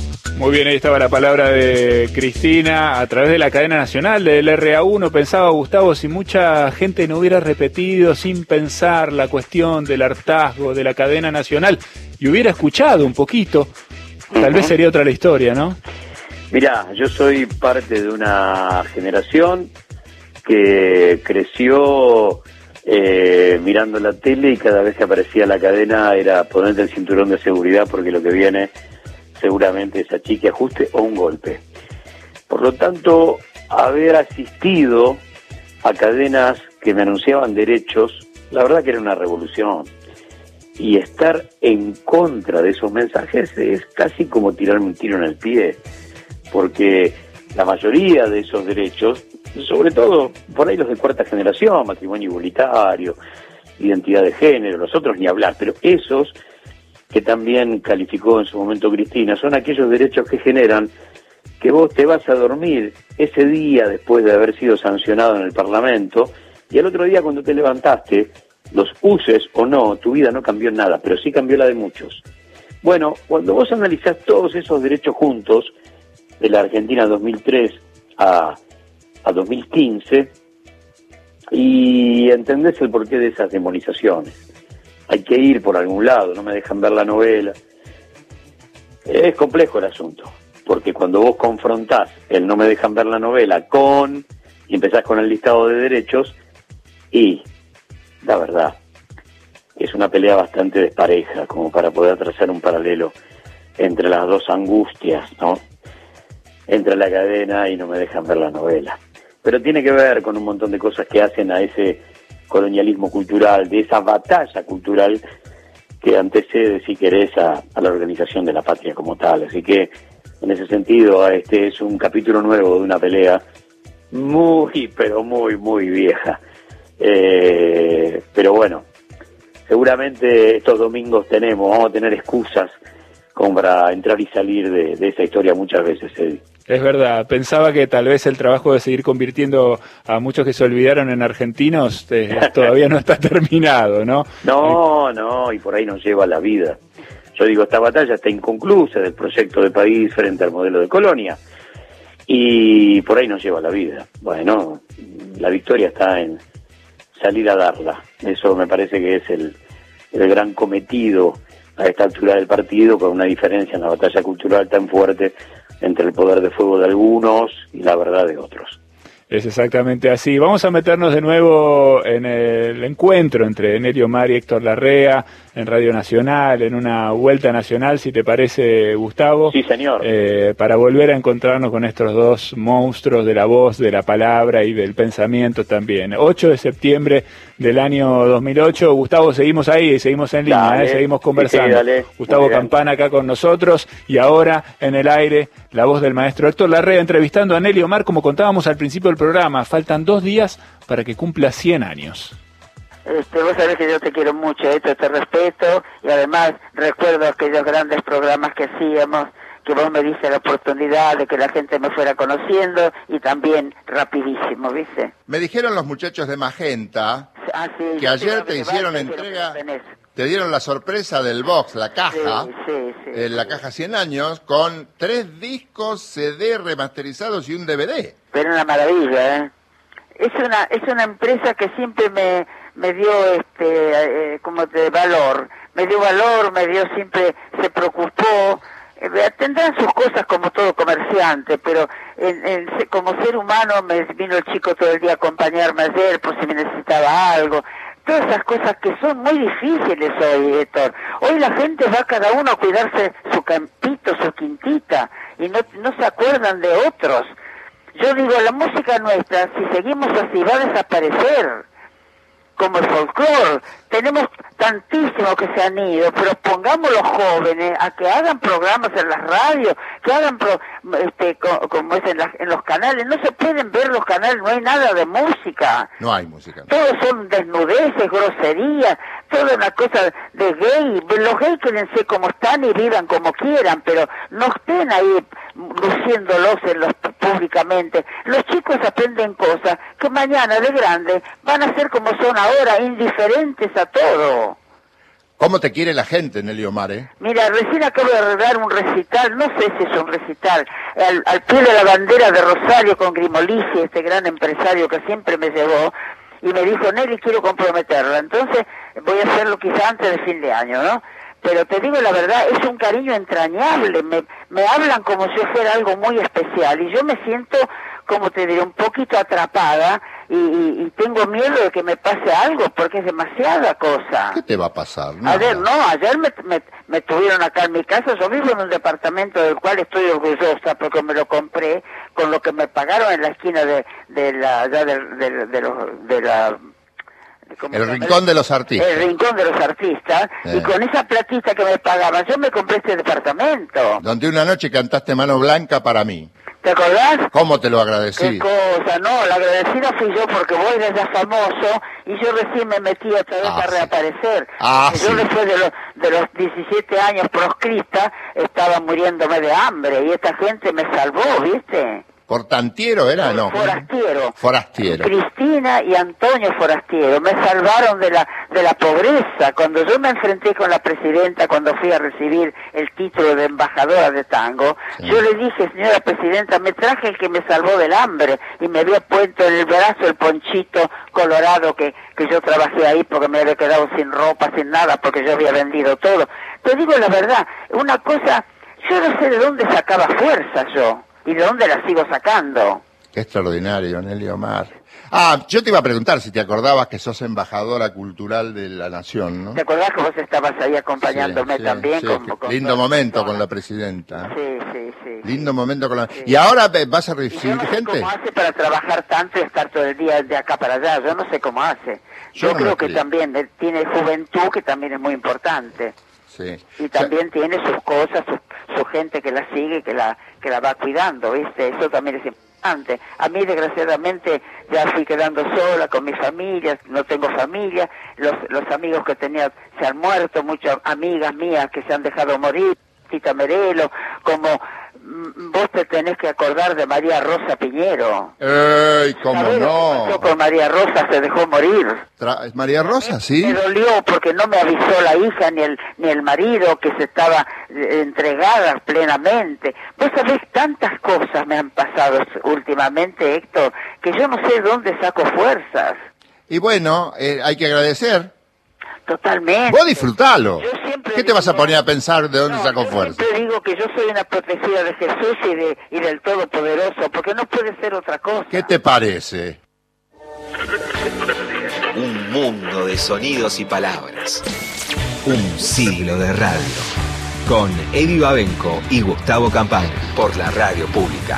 Muy bien, ahí estaba la palabra de Cristina a través de la cadena nacional del R A uno. Pensaba, Gustavo, si mucha gente no hubiera repetido sin pensar la cuestión del hartazgo de la cadena nacional y hubiera escuchado un poquito, tal vez sería otra la historia, ¿no? Mirá, yo soy parte de una generación que creció eh, mirando la tele y cada vez que aparecía la cadena era ponerte el cinturón de seguridad porque lo que viene seguramente es achique, ajuste o un golpe. Por lo tanto, haber asistido a cadenas que me anunciaban derechos, la verdad que era una revolución. Y estar en contra de esos mensajes es casi como tirarme un tiro en el pie, porque la mayoría de esos derechos, sobre todo por ahí los de cuarta generación, matrimonio igualitario, identidad de género, los otros ni hablar, pero esos que también calificó en su momento Cristina, son aquellos derechos que generan que vos te vas a dormir ese día después de haber sido sancionado en el Parlamento y al otro día cuando te levantaste, los uses o no, tu vida no cambió en nada, pero sí cambió la de muchos. Bueno, cuando vos analizás todos esos derechos juntos, de la Argentina dos mil tres a, a dos mil quince, y entendés el porqué de esas demonizaciones. Hay que ir por algún lado, no me dejan ver la novela. Es complejo el asunto, porque cuando vos confrontás el no me dejan ver la novela con, y empezás con el listado de derechos, y la verdad, es una pelea bastante despareja, como para poder trazar un paralelo entre las dos angustias, ¿no? Entre la cadena y no me dejan ver la novela. Pero tiene que ver con un montón de cosas que hacen a ese colonialismo cultural, de esa batalla cultural que antecede, si querés, a, a la organización de la patria como tal. Así que, en ese sentido, este es un capítulo nuevo de una pelea muy, pero muy, muy vieja. Eh, pero bueno, seguramente estos domingos tenemos, vamos a tener excusas como para entrar y salir de, de esa historia muchas veces, Eddie. Es verdad, pensaba que tal vez el trabajo de seguir convirtiendo a muchos que se olvidaron en argentinos eh, todavía no está terminado, ¿no? No, no, y por ahí nos lleva la vida. Yo digo, esta batalla está inconclusa del proyecto de país frente al modelo de colonia, y por ahí nos lleva la vida. Bueno, la victoria está en salir a darla. Eso me parece que es el, el gran cometido a esta altura del partido, con una diferencia en la batalla cultural tan fuerte entre el poder de fuego de algunos y la verdad de otros. Es exactamente así. Vamos a meternos de nuevo en el encuentro entre Enelio Mar y Héctor Larrea en Radio Nacional, en una vuelta nacional, si te parece, Gustavo. Sí, señor. Eh, para volver a encontrarnos con estos dos monstruos de la voz, de la palabra y del pensamiento también. ocho de septiembre del año dos mil ocho. Gustavo, seguimos ahí, seguimos en línea, dale, eh, seguimos conversando. Sí, dale. Gustavo Campana acá con nosotros y ahora en el aire la voz del maestro Héctor Larrea entrevistando a Enelio Mar, como contábamos al principio del programa. Faltan dos días para que cumpla cien años. Este, vos sabés que yo te quiero mucho, esto te respeto, y además recuerdo aquellos grandes programas que hacíamos, que vos me diste la oportunidad de que la gente me fuera conociendo, y también rapidísimo, ¿viste? Me dijeron los muchachos de Magenta ah, sí, que ayer te hicieron entrega, te dieron la sorpresa del box, la caja, sí, sí, sí, eh, la caja cien años, con tres discos C D remasterizados y un D V D. Pero una maravilla, ¿eh? Es una, es una empresa que siempre me, me dio este, eh, como de valor, me dio valor, me dio siempre, se preocupó. Eh, tendrán sus cosas como todo comerciante, pero en, en, como ser humano me vino el chico todo el día a acompañarme ayer por si me necesitaba algo. Todas esas cosas que son muy difíciles hoy, Héctor. Hoy la gente va cada uno a cuidarse su campito, su quintita, y no, no se acuerdan de otros. Yo digo, la música nuestra, si seguimos así, va a desaparecer, como el folclore. Tenemos tantísimos que se han ido, pero pongamos los jóvenes a que hagan programas en las radios, que hagan, pro, este, co, como es en, la, en los canales. No se pueden ver los canales, no hay nada de música. No hay música. Todos son desnudeces, groserías, toda una cosa de gay. Los gays quédense como están y vivan como quieran, pero no estén ahí luciéndolos en los, públicamente. Los chicos aprenden cosas que mañana de grande van a ser como son ahora, indiferentes a todo. ¿Cómo te quiere la gente, Nelly Omar, eh? Mira, recién acabo de dar un recital, no sé si es un recital, al, al pie de la bandera de Rosario con Grimolici, este gran empresario que siempre me llevó, y me dijo, Nelly, quiero comprometerla, entonces voy a hacerlo quizá antes de fin de año, ¿no? Pero te digo la verdad, es un cariño entrañable, me, me hablan como si fuera algo muy especial, y yo me siento, como te diré, un poquito atrapada, y, y, y tengo miedo de que me pase algo, porque es demasiada cosa. ¿Qué te va a pasar? A ver, no, ayer me, me, me tuvieron acá en mi casa, yo vivo en un departamento del cual estoy orgullosa, porque me lo compré con lo que me pagaron en la esquina de, de la, allá de, de, de, los, de la... El rincón de los artistas. El rincón de los artistas, eh. y con esa platita que me pagaban, yo me compré este departamento. Donde una noche cantaste Mano Blanca para mí. ¿Te acordás? ¿Cómo te lo agradecí? Qué cosa, no, la agradecida fui yo porque vos eres ya famoso y yo recién me metí otra vez ah, a sí. reaparecer. Ah, yo sí. después de los, de los diecisiete años proscrita estaba muriéndome de hambre y esta gente me salvó, ¿viste? ¿Portantiero era? No. Forastiero. Forastiero. Cristina y Antonio Forastiero me salvaron de la de la pobreza. Cuando yo me enfrenté con la presidenta, cuando fui a recibir el título de embajadora de tango, sí. yo le dije, señora presidenta, me traje el que me salvó del hambre, y me había puesto en el brazo el ponchito colorado que, que yo trabajé ahí porque me había quedado sin ropa, sin nada, porque yo había vendido todo. Te digo la verdad, una cosa, yo no sé de dónde sacaba fuerza yo. ¿Y de dónde la sigo sacando? Qué extraordinario, Nelly Omar. Ah, yo te iba a preguntar si te acordabas que sos embajadora cultural de la Nación, ¿no? ¿Te acordás que vos estabas ahí acompañándome sí, sí, también? Sí, con, con lindo momento con la presidenta. Sí, sí, sí. Lindo sí. momento con la... Sí. ¿Y ahora vas a recibir yo no sé gente? ¿Cómo hace para trabajar tanto y estar todo el día de acá para allá? Yo no sé cómo hace. Yo, yo no creo que también eh, tiene juventud, que también es muy importante. Sí. Y también o sea, tiene sus cosas, su, su gente que la sigue, que la que la va cuidando, ¿viste? Eso también es importante. A mí, desgraciadamente, ya fui quedando sola con mi familia, no tengo familia, los los amigos que tenía se han muerto, muchas amigas mías que se han dejado morir, Tita Merelo, como vos te tenés que acordar de María Rosa Piñero. ¡Ey, cómo no! no! Lo que pasó con María Rosa, se dejó morir. Tra María Rosa, sí. Me dolió porque no me avisó la hija ni el ni el marido que se estaba eh, entregada plenamente. Vos sabés, tantas cosas me han pasado últimamente, Héctor, que yo no sé dónde saco fuerzas. Y bueno, eh, hay que agradecer. Totalmente. Vos disfrutalo. ¿Qué digo, te vas a poner a pensar de dónde no, saco yo fuerza? Siempre digo que yo soy una protegida de Jesús y, de, y del Todopoderoso, porque no puede ser otra cosa. ¿Qué te parece? Un mundo de sonidos y palabras. Un siglo de radio. Con Eddie Babenco y Gustavo Campana por la radio pública.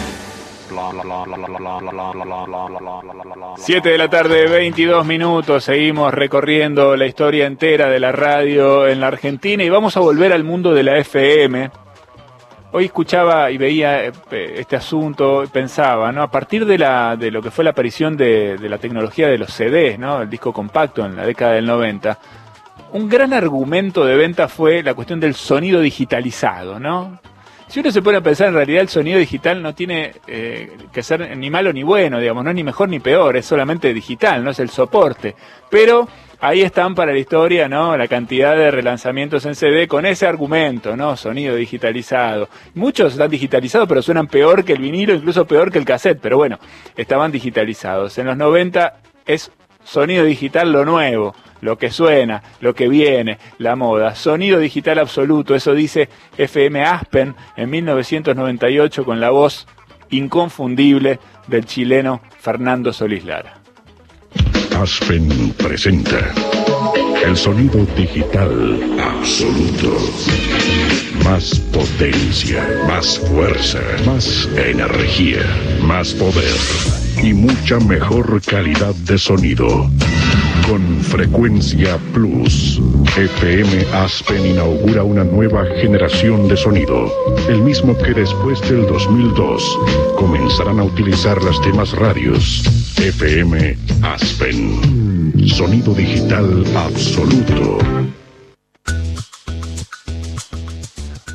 siete de la tarde, veintidós minutos, seguimos recorriendo la historia entera de la radio en la Argentina y vamos a volver al mundo de la F M. Hoy escuchaba y veía este asunto y pensaba, ¿no? A partir de la de lo que fue la aparición de, de la tecnología de los C Ds, ¿no? El disco compacto en la década del noventa, un gran argumento de venta fue la cuestión del sonido digitalizado, ¿no? Si uno se pone a pensar, en realidad el sonido digital no tiene eh, que ser ni malo ni bueno, digamos, no es ni mejor ni peor, es solamente digital, no es el soporte. Pero ahí están para la historia, ¿no? La cantidad de relanzamientos en C D con ese argumento, ¿no? Sonido digitalizado. Muchos están digitalizados, pero suenan peor que el vinilo, incluso peor que el cassette, pero bueno, estaban digitalizados. En los noventa es sonido digital lo nuevo, lo que suena, lo que viene, la moda. Sonido digital absoluto, eso dice F M Aspen en mil novecientos noventa y ocho con la voz inconfundible del chileno Fernando Solís Lara. Aspen presenta el sonido digital absoluto. Más potencia, más fuerza, más energía, más poder y mucha mejor calidad de sonido. Con Frecuencia Plus, F M Aspen inaugura una nueva generación de sonido, el mismo que después del dos mil dos comenzarán a utilizar las demás radios. F M Aspen, sonido digital absoluto.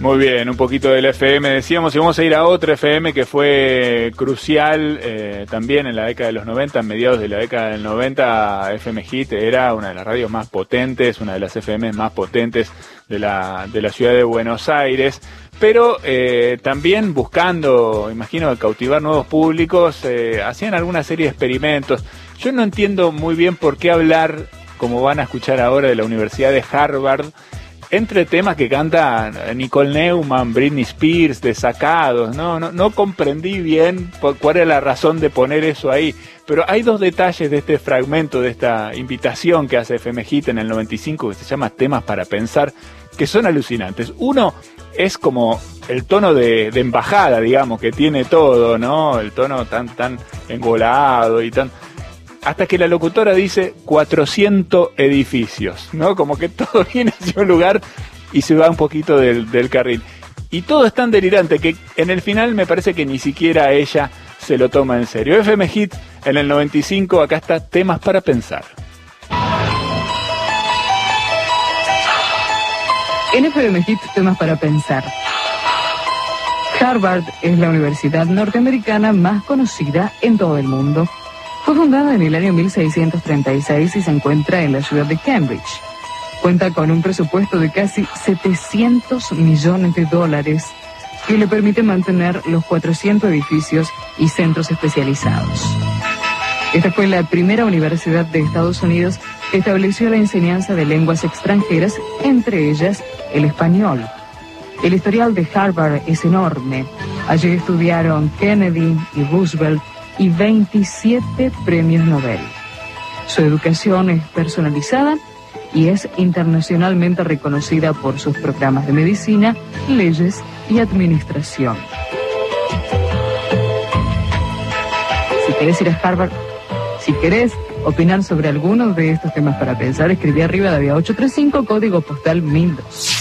Muy bien, un poquito del F M decíamos, y vamos a ir a otra F M que fue crucial eh, también en la década de los noventa, en mediados de la década del noventa. F M Hit era una de las radios más potentes, una de las F M más potentes de la, de la ciudad de Buenos Aires, pero eh, también buscando, imagino, cautivar nuevos públicos, eh, hacían alguna serie de experimentos. Yo no entiendo muy bien por qué hablar, como van a escuchar ahora, de la Universidad de Harvard, entre temas que cantan Nicole Neumann, Britney Spears, Desacados. No, no, no comprendí bien cuál era la razón de poner eso ahí. Pero hay dos detalles de este fragmento, de esta invitación que hace F M Hit en el noventa y cinco, que se llama Temas para Pensar, que son alucinantes. Uno es como el tono de, de embajada, digamos, que tiene todo, ¿no? El tono tan, tan engolado y tan... Hasta que la locutora dice cuatrocientos edificios, ¿no? Como que todo viene hacia un lugar y se va un poquito del, del carril. Y todo es tan delirante que en el final me parece que ni siquiera ella se lo toma en serio. F M Hit en el noventa y cinco, acá está Temas para Pensar. En F M Hit, Temas para Pensar. Harvard es la universidad norteamericana más conocida en todo el mundo. Fue fundada en el año mil seiscientos treinta y seis y se encuentra en la ciudad de Cambridge. Cuenta con un presupuesto de casi setecientos millones de dólares que le permite mantener los cuatrocientos edificios y centros especializados. Esta fue la primera universidad de Estados Unidos que estableció la enseñanza de lenguas extranjeras, entre ellas el español. El historial de Harvard es enorme. Allí estudiaron Kennedy y Roosevelt y veintisiete premios Nobel. Su educación es personalizada y es internacionalmente reconocida por sus programas de medicina, leyes y administración. Si querés ir a Harvard, si querés opinar sobre algunos de estos temas para pensar, escribí arriba de Vía ocho tres cinco, código postal mil dos.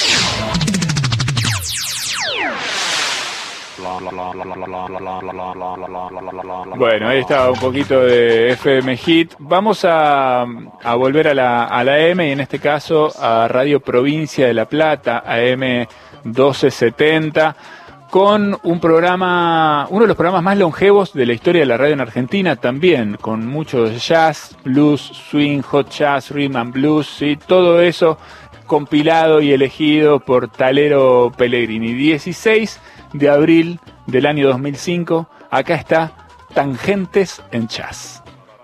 Bueno, ahí estaba un poquito de F M Hit. Vamos a, a volver a la, a la A M, y en este caso a Radio Provincia de La Plata, A M doce setenta, con un programa, uno de los programas más longevos de la historia de la radio en Argentina, también con mucho jazz, blues, swing, hot jazz, rhythm and blues, ¿sí? Todo eso compilado y elegido por Talero Pellegrini. dieciséis de abril del año dos mil cinco, acá está Tangentes en Jazz.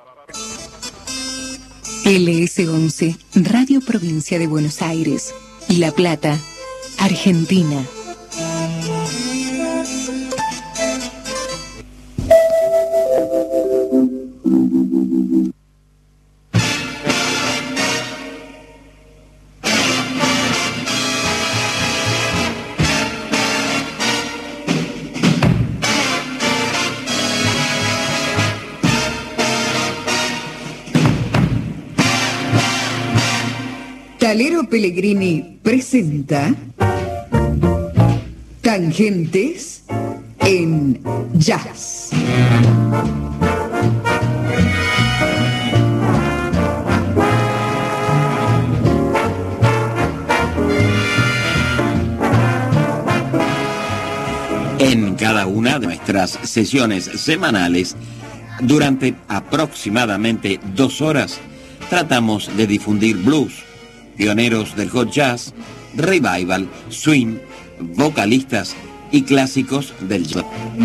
L S once, Radio Provincia de Buenos Aires, La Plata, Argentina. Talero Pellegrini presenta Tangentes en Jazz. En cada una de nuestras sesiones semanales, durante aproximadamente dos horas, tratamos de difundir blues, pioneros del hot jazz, revival, swing, vocalistas y clásicos del jazz.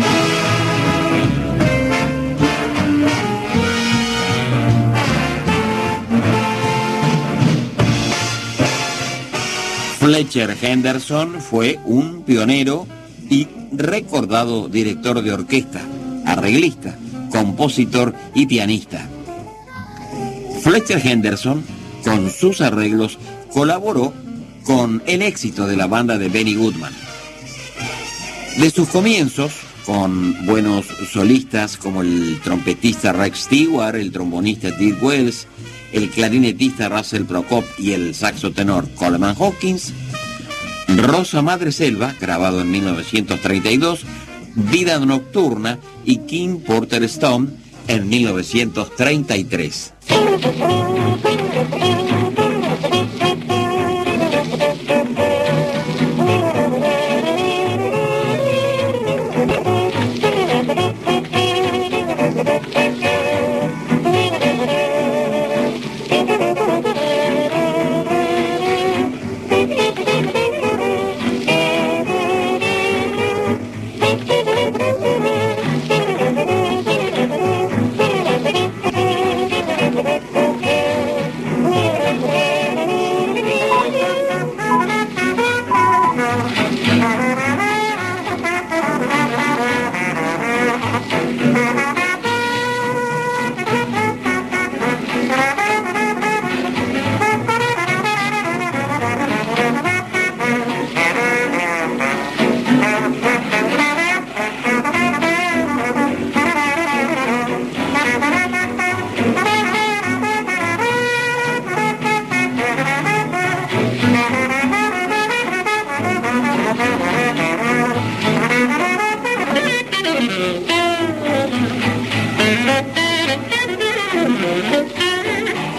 Fletcher Henderson fue un pionero y recordado director de orquesta, arreglista, compositor y pianista. Fletcher Henderson, con sus arreglos, colaboró con el éxito de la banda de Benny Goodman. De sus comienzos, con buenos solistas como el trompetista Rex Stewart, el trombonista Dirk Wells, el clarinetista Russell Prokop y el saxo tenor Coleman Hawkins, Rosa Madreselva, grabado en mil novecientos treinta y dos, Vida Nocturna y King Porter Stone en mil novecientos treinta y tres.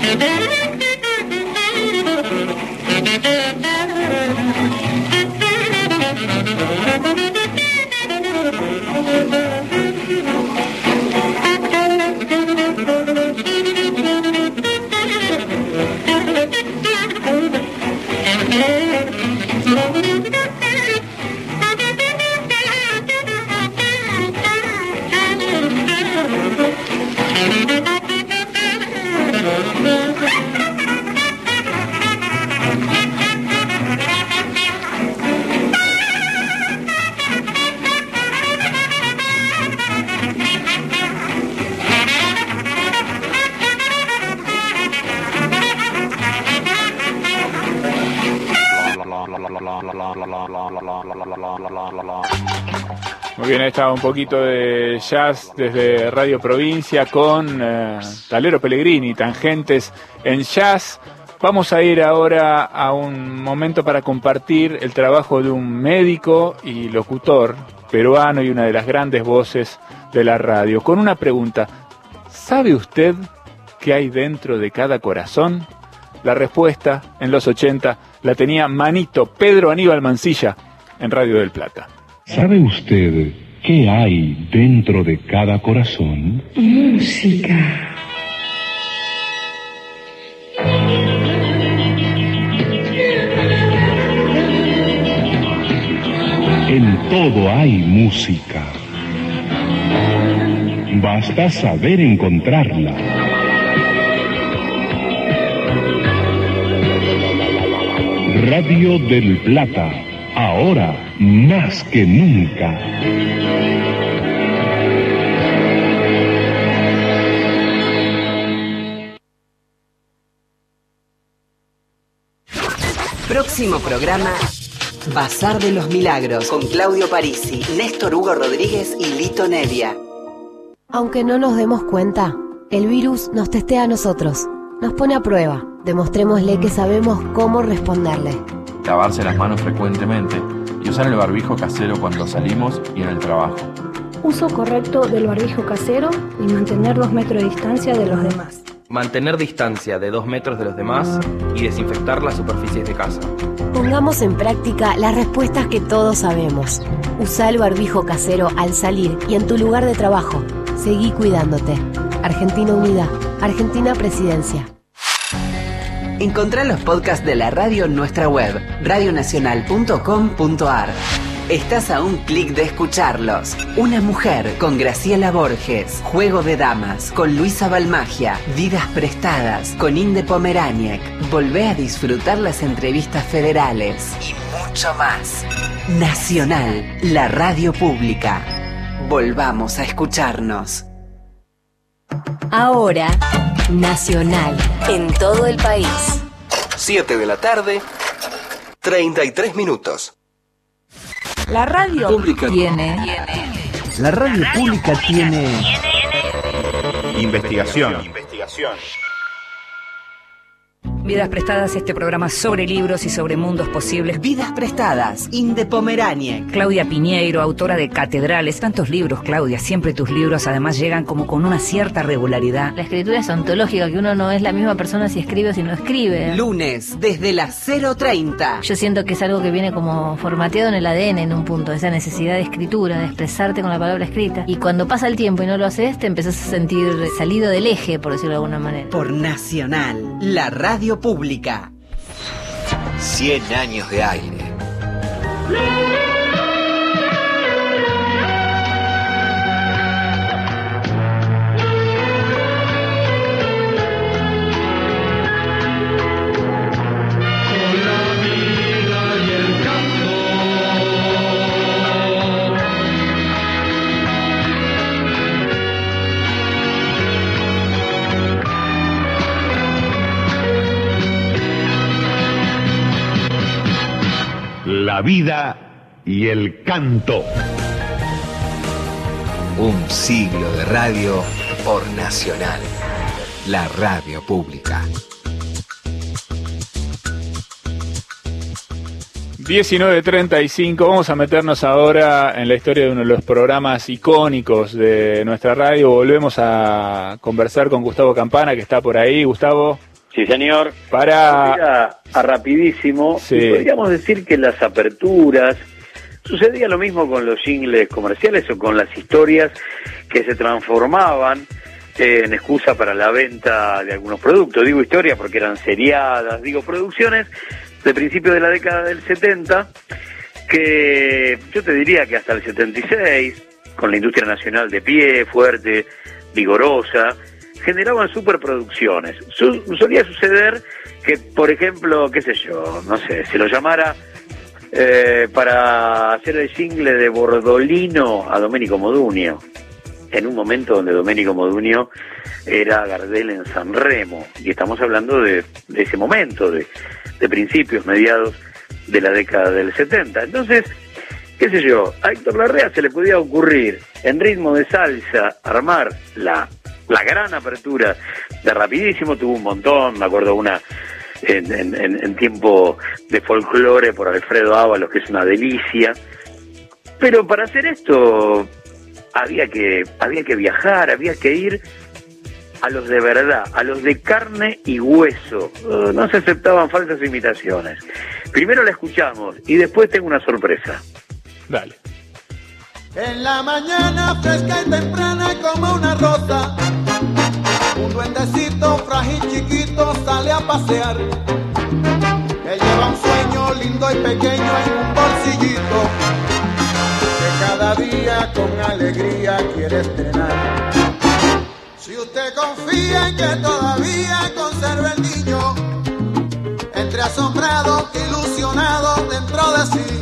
Muy bien, ahí estaba un poquito de jazz desde Radio Provincia con eh, Talero Pellegrini, Tangentes en Jazz. Vamos a ir ahora a un momento para compartir el trabajo de un médico y locutor peruano y una de las grandes voces de la radio, con una pregunta: ¿sabe usted qué hay dentro de cada corazón? La respuesta en los ochenta la tenía Manito, Pedro Aníbal Mancilla, en Radio del Plata. ¿Sabe usted qué hay dentro de cada corazón? Música. En todo hay música. Basta saber encontrarla. Radio del Plata, ahora más que nunca. Próximo programa: Bazar de los Milagros, con Claudio Parisi, Néstor Hugo Rodríguez y Lito Nevia. Aunque no nos demos cuenta, el virus nos testea a nosotros, nos pone a prueba. Demostrémosle que sabemos cómo responderle. Lavarse las manos frecuentemente y usar el barbijo casero cuando salimos y en el trabajo. Uso correcto del barbijo casero y mantener dos metros de distancia de los demás. Mantener distancia de dos metros de los demás y desinfectar las superficies de casa. Pongamos en práctica las respuestas que todos sabemos. Usa el barbijo casero al salir y en tu lugar de trabajo. Seguí cuidándote. Argentina Unida. Argentina Presidencia. Encontrá los podcasts de la radio en nuestra web, radio nacional punto com punto a r. Estás a un clic de escucharlos. Una mujer con Graciela Borges, Juego de Damas con Luisa Balmagia, Vidas Prestadas con Inde Pomeraniec. Volvé a disfrutar las entrevistas federales y mucho más. Nacional, la radio pública. Volvamos a escucharnos. Ahora, Nacional, en todo el país. siete de la tarde, treinta y tres minutos. La radio pública tiene. La radio pública tiene. Investigación. Investigación. Vidas Prestadas, este programa sobre libros y sobre mundos posibles. Vidas Prestadas, Inde Pomeraniec. Claudia Piñeiro, autora de Catedrales. Tantos libros, Claudia, siempre tus libros además llegan como con una cierta regularidad. La escritura es ontológica, que uno no es la misma persona si escribe o si no escribe. Lunes, desde las cero treinta. Yo siento que es algo que viene como formateado en el A D N en un punto, esa necesidad de escritura, de expresarte con la palabra escrita. Y cuando pasa el tiempo y no lo haces, te empezás a sentir salido del eje, por decirlo de alguna manera. Por Nacional, la radio pública. cien años de aire. La vida y el canto. Un siglo de radio por Nacional, la radio pública. diecinueve treinta y cinco, vamos a meternos ahora en la historia de uno de los programas icónicos de nuestra radio. Volvemos a conversar con Gustavo Campana, que está por ahí. Gustavo. Sí, señor. Para... A, a rapidísimo, Sí. y podríamos decir que las aperturas, sucedía lo mismo con los jingles comerciales o con las historias que se transformaban eh, en excusa para la venta de algunos productos. Digo historias porque eran seriadas, digo producciones de principios de la década del setenta, que yo te diría que hasta el setenta y seis, con la industria nacional de pie, fuerte, vigorosa, generaban superproducciones. Su, solía suceder que, por ejemplo, qué sé yo, no sé, se lo llamara eh, para hacer el jingle de Bordolino a Domenico Modugno, en un momento donde Domenico Modugno era Gardel en San Remo, y estamos hablando de, de ese momento, de, de principios, mediados de la década del setenta. Entonces, qué sé yo, a Héctor Larrea se le podía ocurrir en ritmo de salsa armar la, la gran apertura de Rapidísimo. Tuvo un montón, me acuerdo una en, en, en tiempo de folclore por Alfredo Ábalos, que es una delicia. Pero para hacer esto había que, había que viajar, había que ir a los de verdad, a los de carne y hueso. Uh, no se aceptaban falsas imitaciones. Primero la escuchamos y después tengo una sorpresa. Dale. En la mañana fresca y temprana como una rosa, un duendecito frágil chiquito sale a pasear. Él lleva un sueño lindo y pequeño en un bolsillito, que cada día con alegría quiere estrenar. Si usted confía en que todavía conserva el niño, entre asombrado, ilusionado dentro de sí,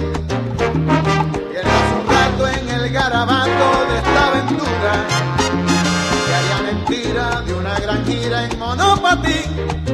en el garabato de esta aventura, que haría mentira de una gran gira en monopatín.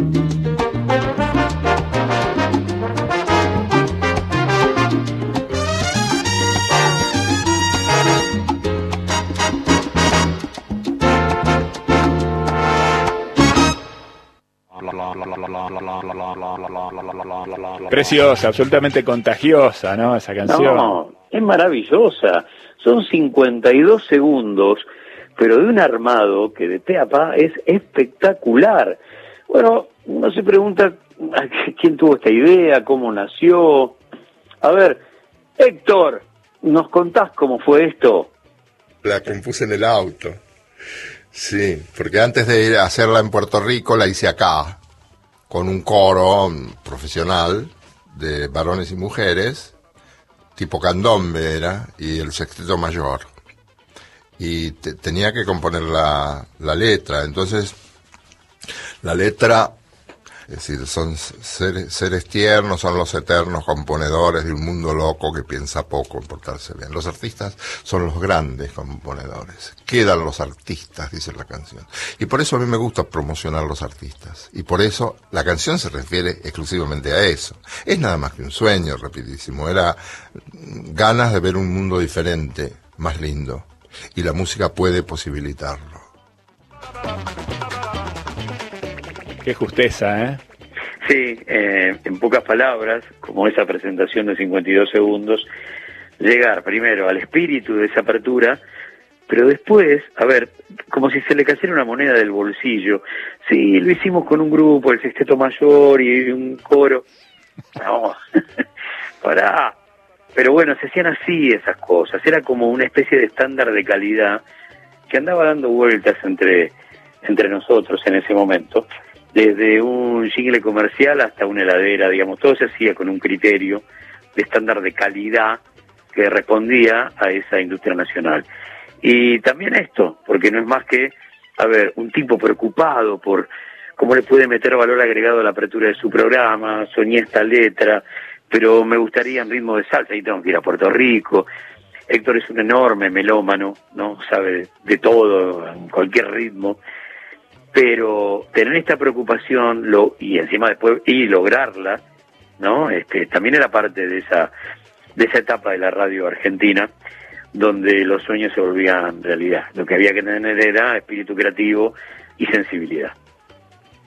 Preciosa, absolutamente contagiosa, ¿no? Esa canción. No, es maravillosa. Son cincuenta y dos segundos, pero de un armado que de pe a pa es espectacular. Bueno, uno se pregunta quién tuvo esta idea, cómo nació. A ver, Héctor, ¿nos contás cómo fue esto? La compuse en el auto. Sí, porque antes de ir a hacerla en Puerto Rico la hice acá, con un coro profesional de varones y mujeres, tipo candombe era, y el sexteto mayor. Y te, tenía que componer la, la letra, entonces la letra, es decir, son seres, seres tiernos, son los eternos componedores de un mundo loco que piensa poco en portarse bien. Los artistas son los grandes componedores. Quedan los artistas, dice la canción. Y por eso a mí me gusta promocionar los artistas. Y por eso la canción se refiere exclusivamente a eso. Es nada más que un sueño, Rapidísimo. Era ganas de ver un mundo diferente, más lindo. Y la música puede posibilitarlo. Qué justeza, ¿eh? Sí, eh, en pocas palabras, como esa presentación de cincuenta y dos segundos, llegar primero al espíritu de esa apertura, pero después, a ver, como si se le cayera una moneda del bolsillo. Sí, lo hicimos con un grupo, el Sexteto Mayor y un coro. No, pará. Pero bueno, se hacían así esas cosas. Era como una especie de estándar de calidad que andaba dando vueltas entre, entre nosotros en ese momento. Desde un jingle comercial hasta una heladera, digamos, todo se hacía con un criterio de estándar de calidad que respondía a esa industria nacional. Y también esto, porque no es más que, a ver, un tipo preocupado por cómo le puede meter valor agregado a la apertura de su programa. Soñé esta letra, pero me gustaría en ritmo de salsa, y tengo que ir a Puerto Rico. Héctor es un enorme melómano, ¿no? Sabe de todo, en cualquier ritmo. Pero tener esta preocupación lo, y encima después y lograrla, ¿no? Este, también era parte de esa de esa etapa de la radio argentina donde los sueños se volvían realidad. Lo que había que tener era espíritu creativo y sensibilidad.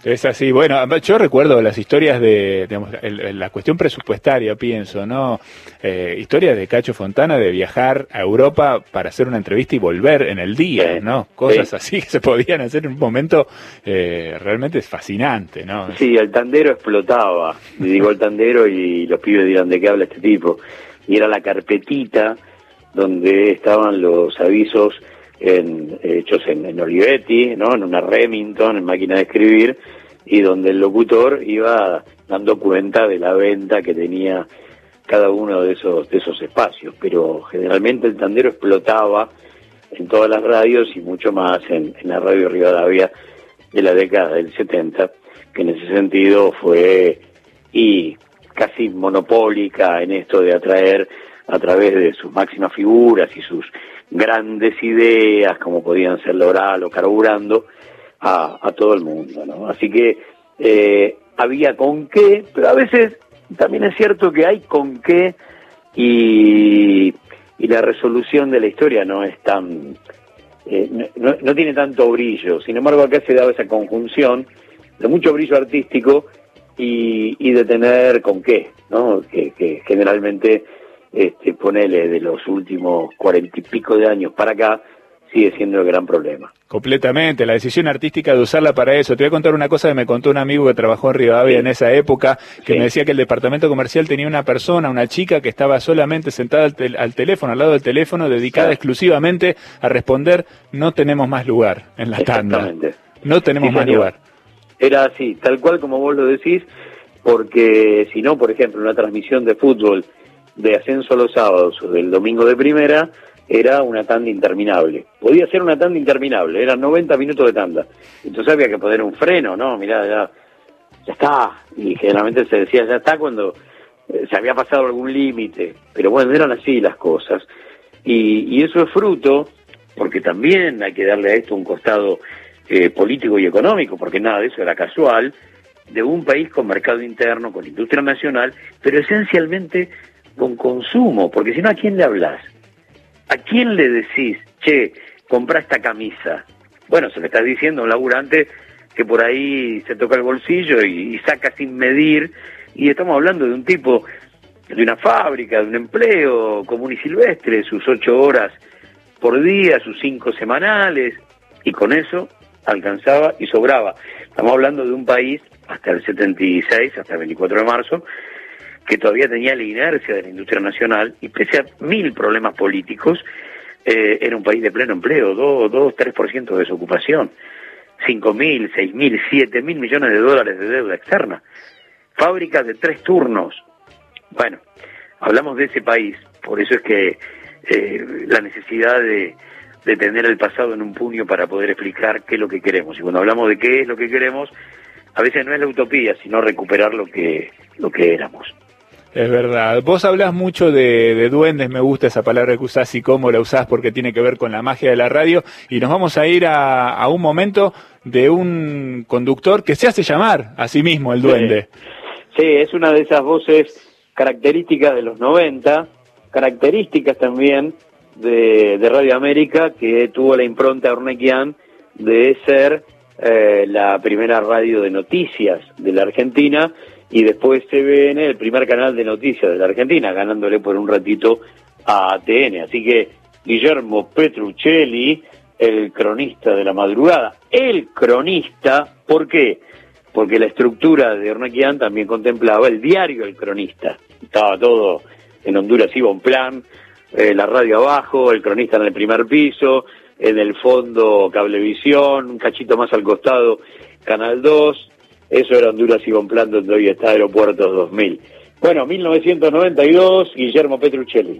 Es así. Bueno, yo recuerdo las historias de, digamos, el, la cuestión presupuestaria, pienso, ¿no? Eh, historias de Cacho Fontana de viajar a Europa para hacer una entrevista y volver en el día, sí, ¿no? Cosas sí. así que se podían hacer en un momento eh, realmente fascinante, ¿no? Sí, el tandero explotaba. Le digo el tandero y los pibes dirán, ¿de qué habla este tipo? Y era la carpetita donde estaban los avisos en, hechos en, en Olivetti, ¿no? En una Remington, en máquina de escribir, y donde el locutor iba dando cuenta de la venta que tenía cada uno de esos de esos espacios. Pero generalmente el tandero explotaba en todas las radios y mucho más en, en la radio Rivadavia de la década del setenta, que en ese sentido fue y casi monopólica en esto de atraer a través de sus máximas figuras y sus grandes ideas, como podían ser Loral o Carburando, a, a todo el mundo, ¿no? Así que eh, había con qué, pero a veces también es cierto que hay con qué y, y la resolución de la historia no es tan... Eh, no, no tiene tanto brillo. Sin embargo, acá se daba esa conjunción de mucho brillo artístico y, y de tener con qué, ¿no? Que, que generalmente, este, ponele, de los últimos cuarenta y pico de años para acá, sigue siendo el gran problema. Completamente, la decisión artística de usarla para eso. Te voy a contar una cosa que me contó un amigo que trabajó en Rivadavia sí. en esa época, que sí. me decía que el departamento comercial tenía una persona, una chica que estaba solamente sentada al, tel al teléfono, al lado del teléfono, dedicada sí. exclusivamente a responder: no tenemos más lugar en la tanda. No tenemos sí, más señor. lugar. Era así, tal cual como vos lo decís, porque si no, por ejemplo, una transmisión de fútbol de ascenso los sábados o del domingo de primera, era una tanda interminable. Podía ser una tanda interminable, eran noventa minutos de tanda. Entonces había que poner un freno, ¿no? Mirá, ya, ya está. Y generalmente se decía ya está cuando eh, se había pasado algún límite. Pero bueno, eran así las cosas. Y, y eso es fruto, porque también hay que darle a esto un costado eh, político y económico, porque nada de eso era casual, de un país con mercado interno, con industria nacional, pero esencialmente con consumo, porque si no, ¿a quién le hablas? ¿A quién le decís, che, comprá esta camisa? Bueno, se le está diciendo a un laburante que por ahí se toca el bolsillo y, y saca sin medir, y estamos hablando de un tipo, de una fábrica, de un empleo común y silvestre, sus ocho horas por día, sus cinco semanales, y con eso alcanzaba y sobraba. Estamos hablando de un país, hasta el setenta y seis, hasta el veinticuatro de marzo, que todavía tenía la inercia de la industria nacional, y pese a mil problemas políticos, eh, era un país de pleno empleo, dos, tres por ciento de desocupación, cinco mil, seis mil, siete mil millones de dólares de deuda externa, fábricas de tres turnos. Bueno, hablamos de ese país, por eso es que eh, la necesidad de, de tener el pasado en un puño para poder explicar qué es lo que queremos. Y cuando hablamos de qué es lo que queremos, a veces no es la utopía, sino recuperar lo que, lo que éramos. Es verdad. Vos hablás mucho de, de duendes, me gusta esa palabra que usás y cómo la usás porque tiene que ver con la magia de la radio, y nos vamos a ir a, a un momento de un conductor que se hace llamar a sí mismo el duende. Sí, sí, es una de esas voces características de los noventa, características también de, de Radio América, que tuvo la impronta Ornequian de ser eh, la primera radio de noticias de la Argentina, y después C B N, el primer canal de noticias de la Argentina, ganándole por un ratito a A T N. Así que Guillermo Petruccelli, el cronista de la madrugada. El cronista, ¿por qué? Porque la estructura de Ornequian también contemplaba el diario El Cronista. Estaba todo en Honduras, iba un plan, eh, la radio abajo, el cronista en el primer piso, en el fondo Cablevisión, un cachito más al costado Canal dos. Eso era Honduras y Bonplan, donde hoy está Aeropuertos dos mil. Bueno, mil novecientos noventa y dos, Guillermo Petruccelli.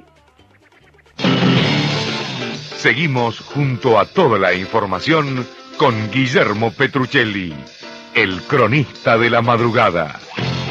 Seguimos junto a toda la información con Guillermo Petruccelli, el cronista de la madrugada.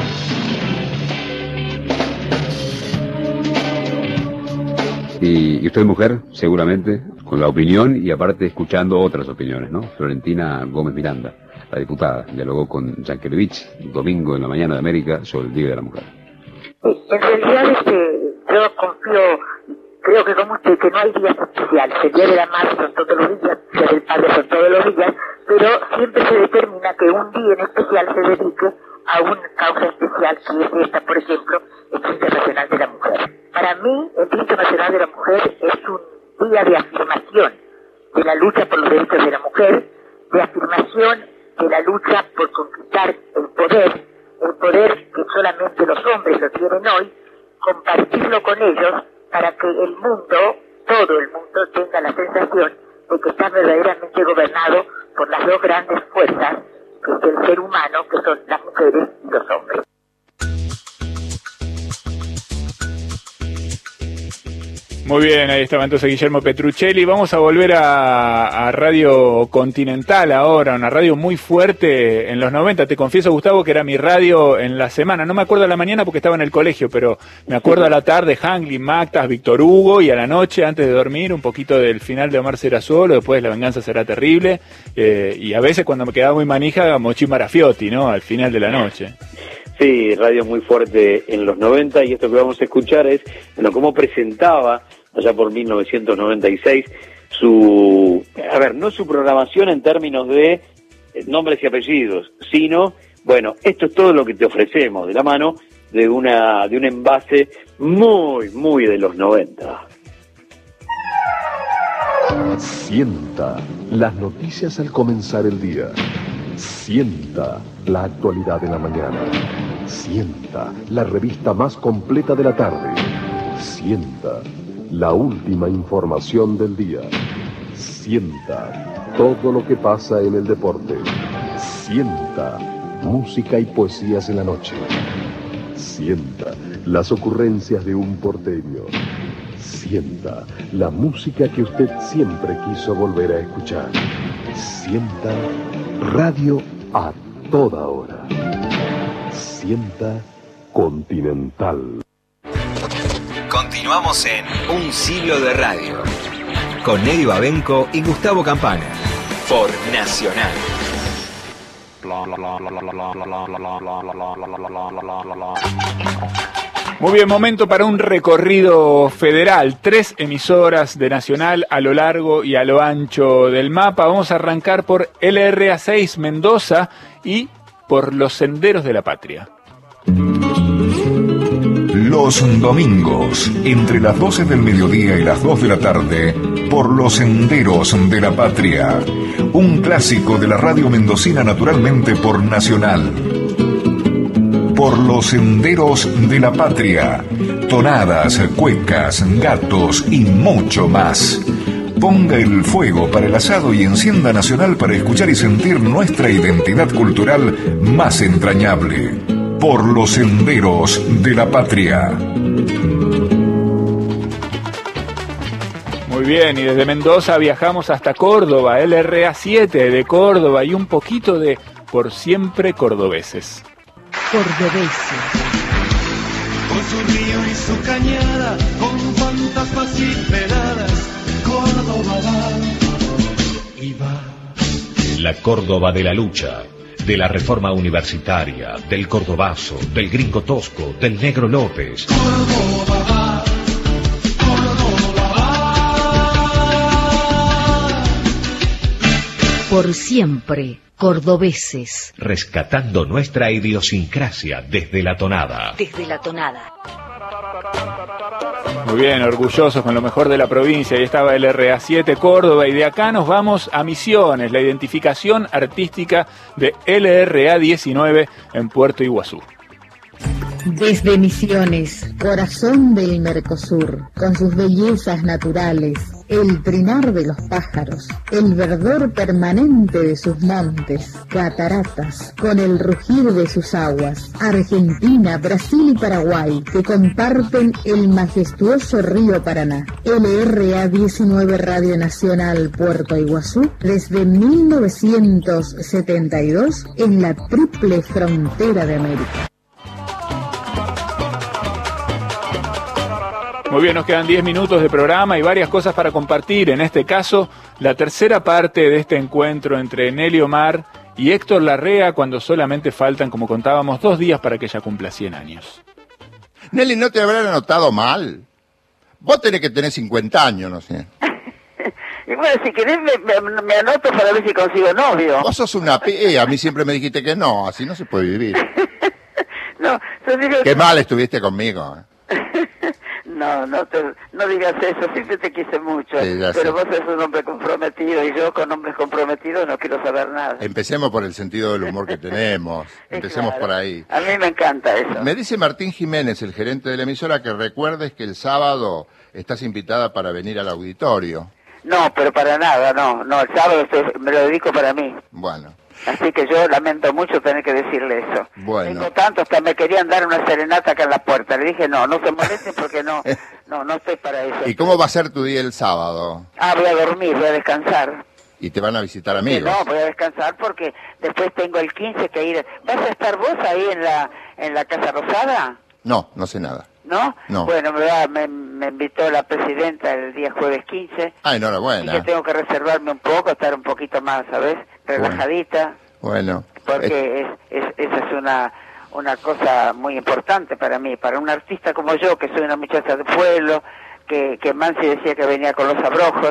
Y, y usted, mujer, seguramente, con la opinión y aparte escuchando otras opiniones, ¿no? Florentina Gómez Miranda, la diputada, dialogó con Yankelevich domingo en la mañana de América sobre el Día de la Mujer. En realidad es que yo confío, creo que como usted, que no hay días especiales. El Día de la Madre son todos los días, el Día del Padre son todos los días, pero pero siempre se determina que un día en especial se dedique a una causa especial, que es esta, por ejemplo, el Día Internacional de la Mujer. Para mí, el Día Internacional de la Mujer es un día de afirmación de la lucha por los derechos de la mujer, de afirmación de la lucha por conquistar el poder, el poder que solamente los hombres lo tienen hoy, compartirlo con ellos para que el mundo, todo el mundo, tenga la sensación de que está verdaderamente gobernado por las dos grandes fuerzas del ser humano, que son las mujeres y los hombres. Muy bien, ahí estaba entonces Guillermo Petruccelli. Vamos a volver a, a Radio Continental ahora, una radio muy fuerte en los noventa. Te confieso, Gustavo, que era mi radio en la semana. No me acuerdo a la mañana porque estaba en el colegio, pero me acuerdo a la tarde, Hanglin, Mactas, Víctor Hugo, y a la noche, antes de dormir, un poquito del final de Omar Será Solo, después La Venganza Será Terrible, eh, y a veces cuando me quedaba muy manija, Mochi Marafiotti, ¿no? Al final de la noche. Sí, radio muy fuerte en los noventa, y esto que vamos a escuchar es, bueno, cómo presentaba allá por mil novecientos noventa y seis su, a ver, no su programación en términos de nombres y apellidos, sino, bueno, esto es todo lo que te ofrecemos de la mano de una de un envase muy, muy de los noventa. Sienta las noticias al comenzar el día. Sienta la actualidad de la mañana. Sienta la revista más completa de la tarde. Sienta la última información del día. Sienta todo lo que pasa en el deporte. Sienta música y poesías en la noche. Sienta las ocurrencias de un porteño. Sienta la música que usted siempre quiso volver a escuchar. Sienta radio a toda hora. Sienta Continental. Continuamos en Un Siglo de Radio con Eddie Babenco y Gustavo Campana por Nacional. Muy bien, momento para un recorrido federal. Tres emisoras de Nacional a lo largo y a lo ancho del mapa. Vamos a arrancar por L R A seis Mendoza y por Los Senderos de la Patria. Los domingos, entre las doce del mediodía y las dos de la tarde, por Los Senderos de la Patria. Un clásico de la radio mendocina, naturalmente por Nacional. Por Los Senderos de la Patria. Tonadas, cuecas, gatos y mucho más. Ponga el fuego para el asado y encienda Nacional para escuchar y sentir nuestra identidad cultural más entrañable. Por Los Senderos de la Patria. Muy bien, y desde Mendoza viajamos hasta Córdoba, L R A siete de Córdoba y un poquito de Por Siempre Cordobeses. Cordobeses. Con su río y su cañada, con fantasmas y veladas, Córdoba va y va. La Córdoba de la lucha, de la reforma universitaria, del cordobazo, del gringo Tosco, del negro López. Córdoba va, Córdoba va. Por siempre, cordobeses. Rescatando nuestra idiosincrasia desde la tonada. Desde la tonada. Muy bien, orgullosos con lo mejor de la provincia. Ahí estaba el R A siete Córdoba y de acá nos vamos a Misiones, la identificación artística de L R A diecinueve en Puerto Iguazú. Desde Misiones, corazón del Mercosur, con sus bellezas naturales, el trinar de los pájaros, el verdor permanente de sus montes, cataratas, con el rugir de sus aguas, Argentina, Brasil y Paraguay, que comparten el majestuoso río Paraná. L R A diecinueve Radio Nacional Puerto Iguazú, desde mil novecientos setenta y dos, en la triple frontera de América. Muy bien, nos quedan diez minutos de programa y varias cosas para compartir. En este caso, la tercera parte de este encuentro entre Nelly Omar y Héctor Larrea, cuando solamente faltan, como contábamos, dos días para que ella cumpla cien años. Nelly, ¿no te habrán anotado mal? Vos tenés que tener cincuenta años, no sé. Y bueno, si querés me, me, me anoto para ver si consigo novio. Vos sos una P, a mí siempre me dijiste que no, así no se puede vivir. No, yo digo... Qué mal estuviste conmigo. No, no, te, no digas eso, siempre te quise mucho, Sí, ya pero sé. vos sos un hombre comprometido y yo con hombres comprometidos no quiero saber nada. Empecemos por el sentido del humor que tenemos. Empecemos Claro. por ahí. A mí me encanta eso. Me dice Martín Jiménez, el gerente de la emisora, que recuerdes que el sábado estás invitada para venir al auditorio. No, pero para nada, no, no, el sábado estoy- me lo dedico para mí. Bueno, Así que yo lamento mucho tener que decirle eso. bueno. Tengo tanto, hasta me querían dar una serenata acá en la puerta. Le dije, no, no se molesten porque no, no, no estoy para eso. ¿Y cómo va a ser tu día el sábado? Ah, voy a dormir, voy a descansar. ¿Y te van a visitar Que amigos? no, voy a descansar porque después tengo el quince que ir. ¿Vas a estar vos ahí en la en la Casa Rosada? No, no sé nada. ¿No? No. Bueno, me, va, me, me invitó la presidenta el día jueves quince. Ah, Y que enhorabuena. tengo que reservarme un poco, estar un poquito más, ¿sabes? Relajadita. Bueno. Porque es, es, esa es una una cosa muy importante para mí, para un artista como yo, que soy una muchacha de pueblo, que, que Mansi decía que venía con los abrojos.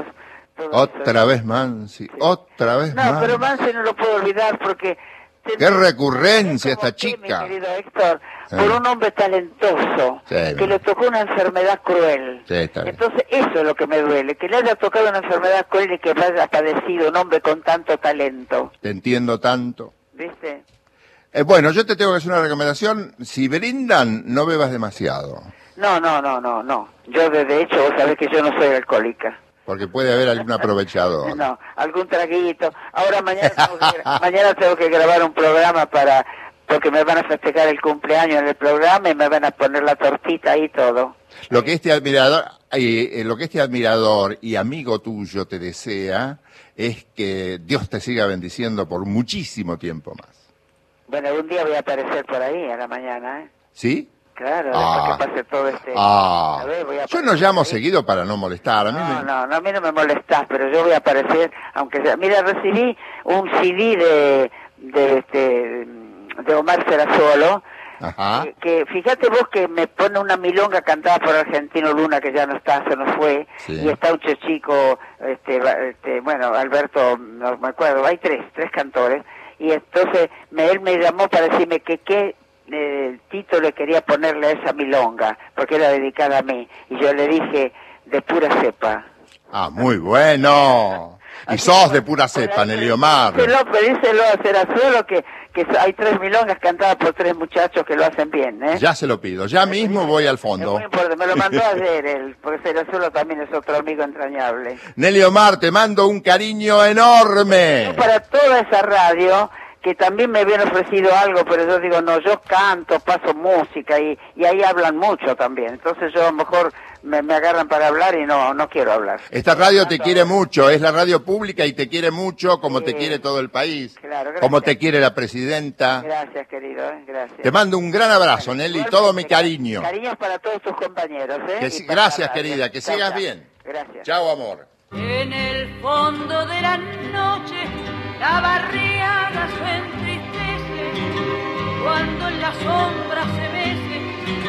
Otra vez Mansi, otra vez No, Mansi. pero Mansi no lo puedo olvidar porque... Qué recurrencia esta Mi chica. querido Héctor, Sí. por un hombre talentoso, Sí, que bien. le tocó una enfermedad cruel. Sí, está bien. Entonces eso es lo que me duele, que le haya tocado una enfermedad cruel y que haya padecido un hombre con tanto talento. Te entiendo tanto. ¿Viste? Eh, bueno, yo te tengo que hacer una recomendación. Si brindan, no bebas demasiado. No, no, no, no, no. Yo de, de hecho, vos sabés que yo no soy alcohólica. Porque puede haber algún aprovechador. No, algún traguito. Ahora mañana tengo, que, mañana tengo que grabar un programa para... Porque me van a festejar el cumpleaños en el programa y me van a poner la tortita y todo. Lo que este admirador, eh, eh, lo que este admirador y amigo tuyo te desea es que Dios te siga bendiciendo por muchísimo tiempo más. Bueno, un día voy a aparecer por ahí a la mañana, ¿eh? ¿Sí? Claro, Ah. después que pase todo este... Ah, A ver, voy a yo no llamo seguido para no molestar. A mí No, me... no, no, a mí no me molestás, pero yo voy a aparecer, aunque sea... Mira, recibí un C D de, de, este, de Omar Serrazolo, Ajá. que, que fíjate vos que me pone una milonga cantada por Argentino Luna, que ya no está, se nos fue, Sí. y está un chico, este, va- este, bueno, Alberto, no me acuerdo, hay tres, tres cantores, y entonces me, él me llamó para decirme que qué eh, título le quería ponerle a esa milonga, porque era dedicada a mí, y yo le dije, de pura cepa. Ah, muy bueno. Y sos de pura cepa, Nelly Omar. Díselo, pedíselo a Serrazolo que, que hay tres milongas cantadas por tres muchachos que lo hacen bien, ¿eh? Ya se lo pido. Ya mismo voy al fondo. Porque me lo mandó ayer él, porque Serrazolo también es otro amigo entrañable. Nelly Omar, te mando un cariño enorme. Para toda esa radio, que también me habían ofrecido algo, pero yo digo, no, yo canto, paso música y, y ahí hablan mucho también. Entonces yo a lo mejor me, me agarran para hablar y no, no quiero hablar. Esta radio te quiere mucho, es la radio pública y te quiere mucho como te Sí. quiere todo el país, Claro, gracias. como te quiere la presidenta. Gracias, querido, ¿eh? Gracias. Te mando un gran abrazo, Nelly, todo mi cariño. Cariños para todos tus compañeros, ¿eh? Que Y si- para gracias, la radio. querida, que Chao, sigas chao. bien. Gracias. Chao, amor. En el fondo de la noche la barriada se entristece cuando en la sombra se mece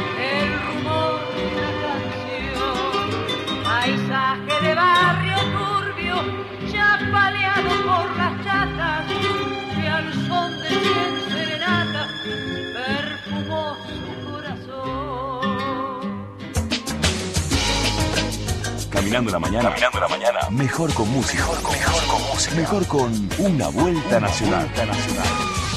el rumor de la canción. Paisaje de barrio turbio, chapaleado por las chatas, que al son de cien serenata perfumó su corazón. Caminando la mañana. Caminando la mañana. Mejor con música. Mejor con, mejor con música. Mejor con una vuelta nacional. Vuelta nacional.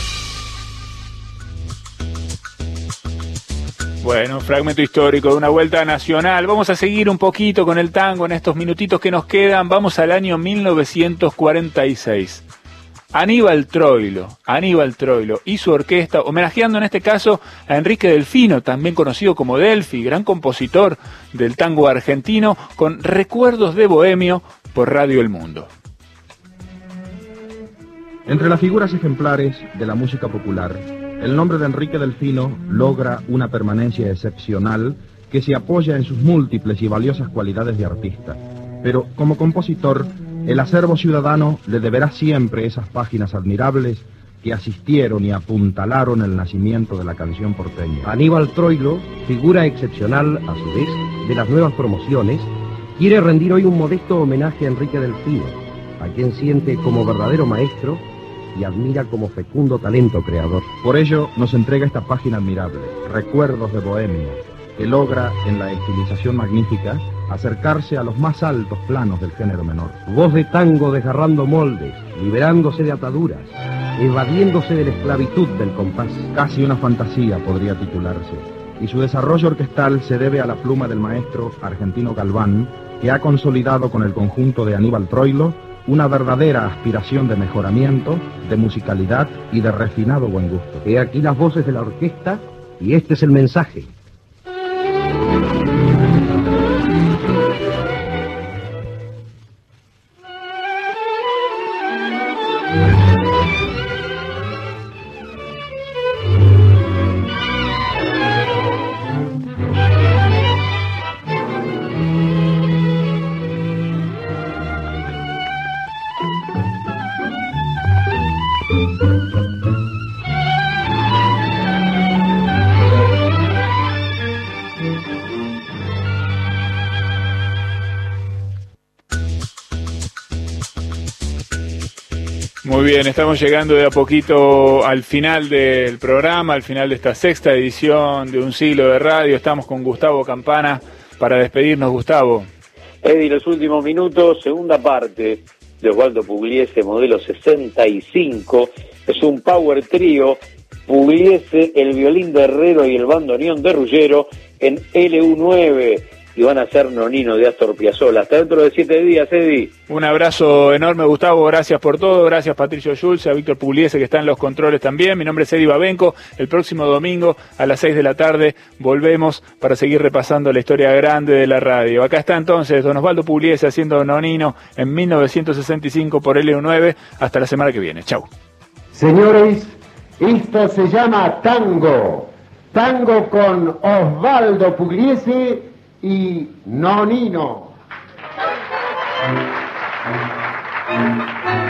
Bueno, fragmento histórico de una vuelta nacional. Vamos a seguir un poquito con el tango en estos minutitos que nos quedan. Vamos al año mil novecientos cuarenta y seis. Aníbal Troilo, Aníbal Troilo y su orquesta, homenajeando en este caso a Enrique Delfino, también conocido como Delfi, gran compositor del tango argentino, con Recuerdos de Bohemio por Radio El Mundo. Entre las figuras ejemplares de la música popular, el nombre de Enrique Delfino logra una permanencia excepcional que se apoya en sus múltiples y valiosas cualidades de artista. Pero como compositor, el acervo ciudadano le deberá siempre esas páginas admirables que asistieron y apuntalaron el nacimiento de la canción porteña. Aníbal Troilo, figura excepcional a su vez de las nuevas promociones, quiere rendir hoy un modesto homenaje a Enrique Delfino, a quien siente como verdadero maestro y admira como fecundo talento creador. Por ello nos entrega esta página admirable, Recuerdos de Bohemia, que logra, en la estilización magnífica, acercarse a los más altos planos del género menor. Voz de tango desgarrando moldes, liberándose de ataduras, evadiéndose de la esclavitud del compás. Casi una fantasía podría titularse, y su desarrollo orquestal se debe a la pluma del maestro argentino Galván, que ha consolidado con el conjunto de Aníbal Troilo una verdadera aspiración de mejoramiento, de musicalidad y de refinado buen gusto. He aquí las voces de la orquesta y este es el mensaje. Muy bien, estamos llegando de a poquito al final del programa, al final de esta sexta edición de Un Siglo de Radio. Estamos con Gustavo Campana para despedirnos. Gustavo. Eddie, los últimos minutos, segunda parte de Osvaldo Pugliese, modelo sesenta y cinco. Es un power trío, Pugliese, el violín de Herrero y el bandoneón de Ruggiero en L U nueve. Y van a ser Nonino de Astor Piazzolla. Hasta dentro de siete días, Eddie. Un abrazo enorme, Gustavo. Gracias por todo. Gracias, Patricio Schulz, a Víctor Pugliese, que está en los controles también. Mi nombre es Eddie Babenco. El próximo domingo a las seis de la tarde volvemos para seguir repasando la historia grande de la radio. Acá está entonces don Osvaldo Pugliese haciendo Nonino en mil novecientos sesenta y cinco por L U nueve. Hasta la semana que viene. Chau. Señores, esto se llama tango. Tango con Osvaldo Pugliese y Nonino.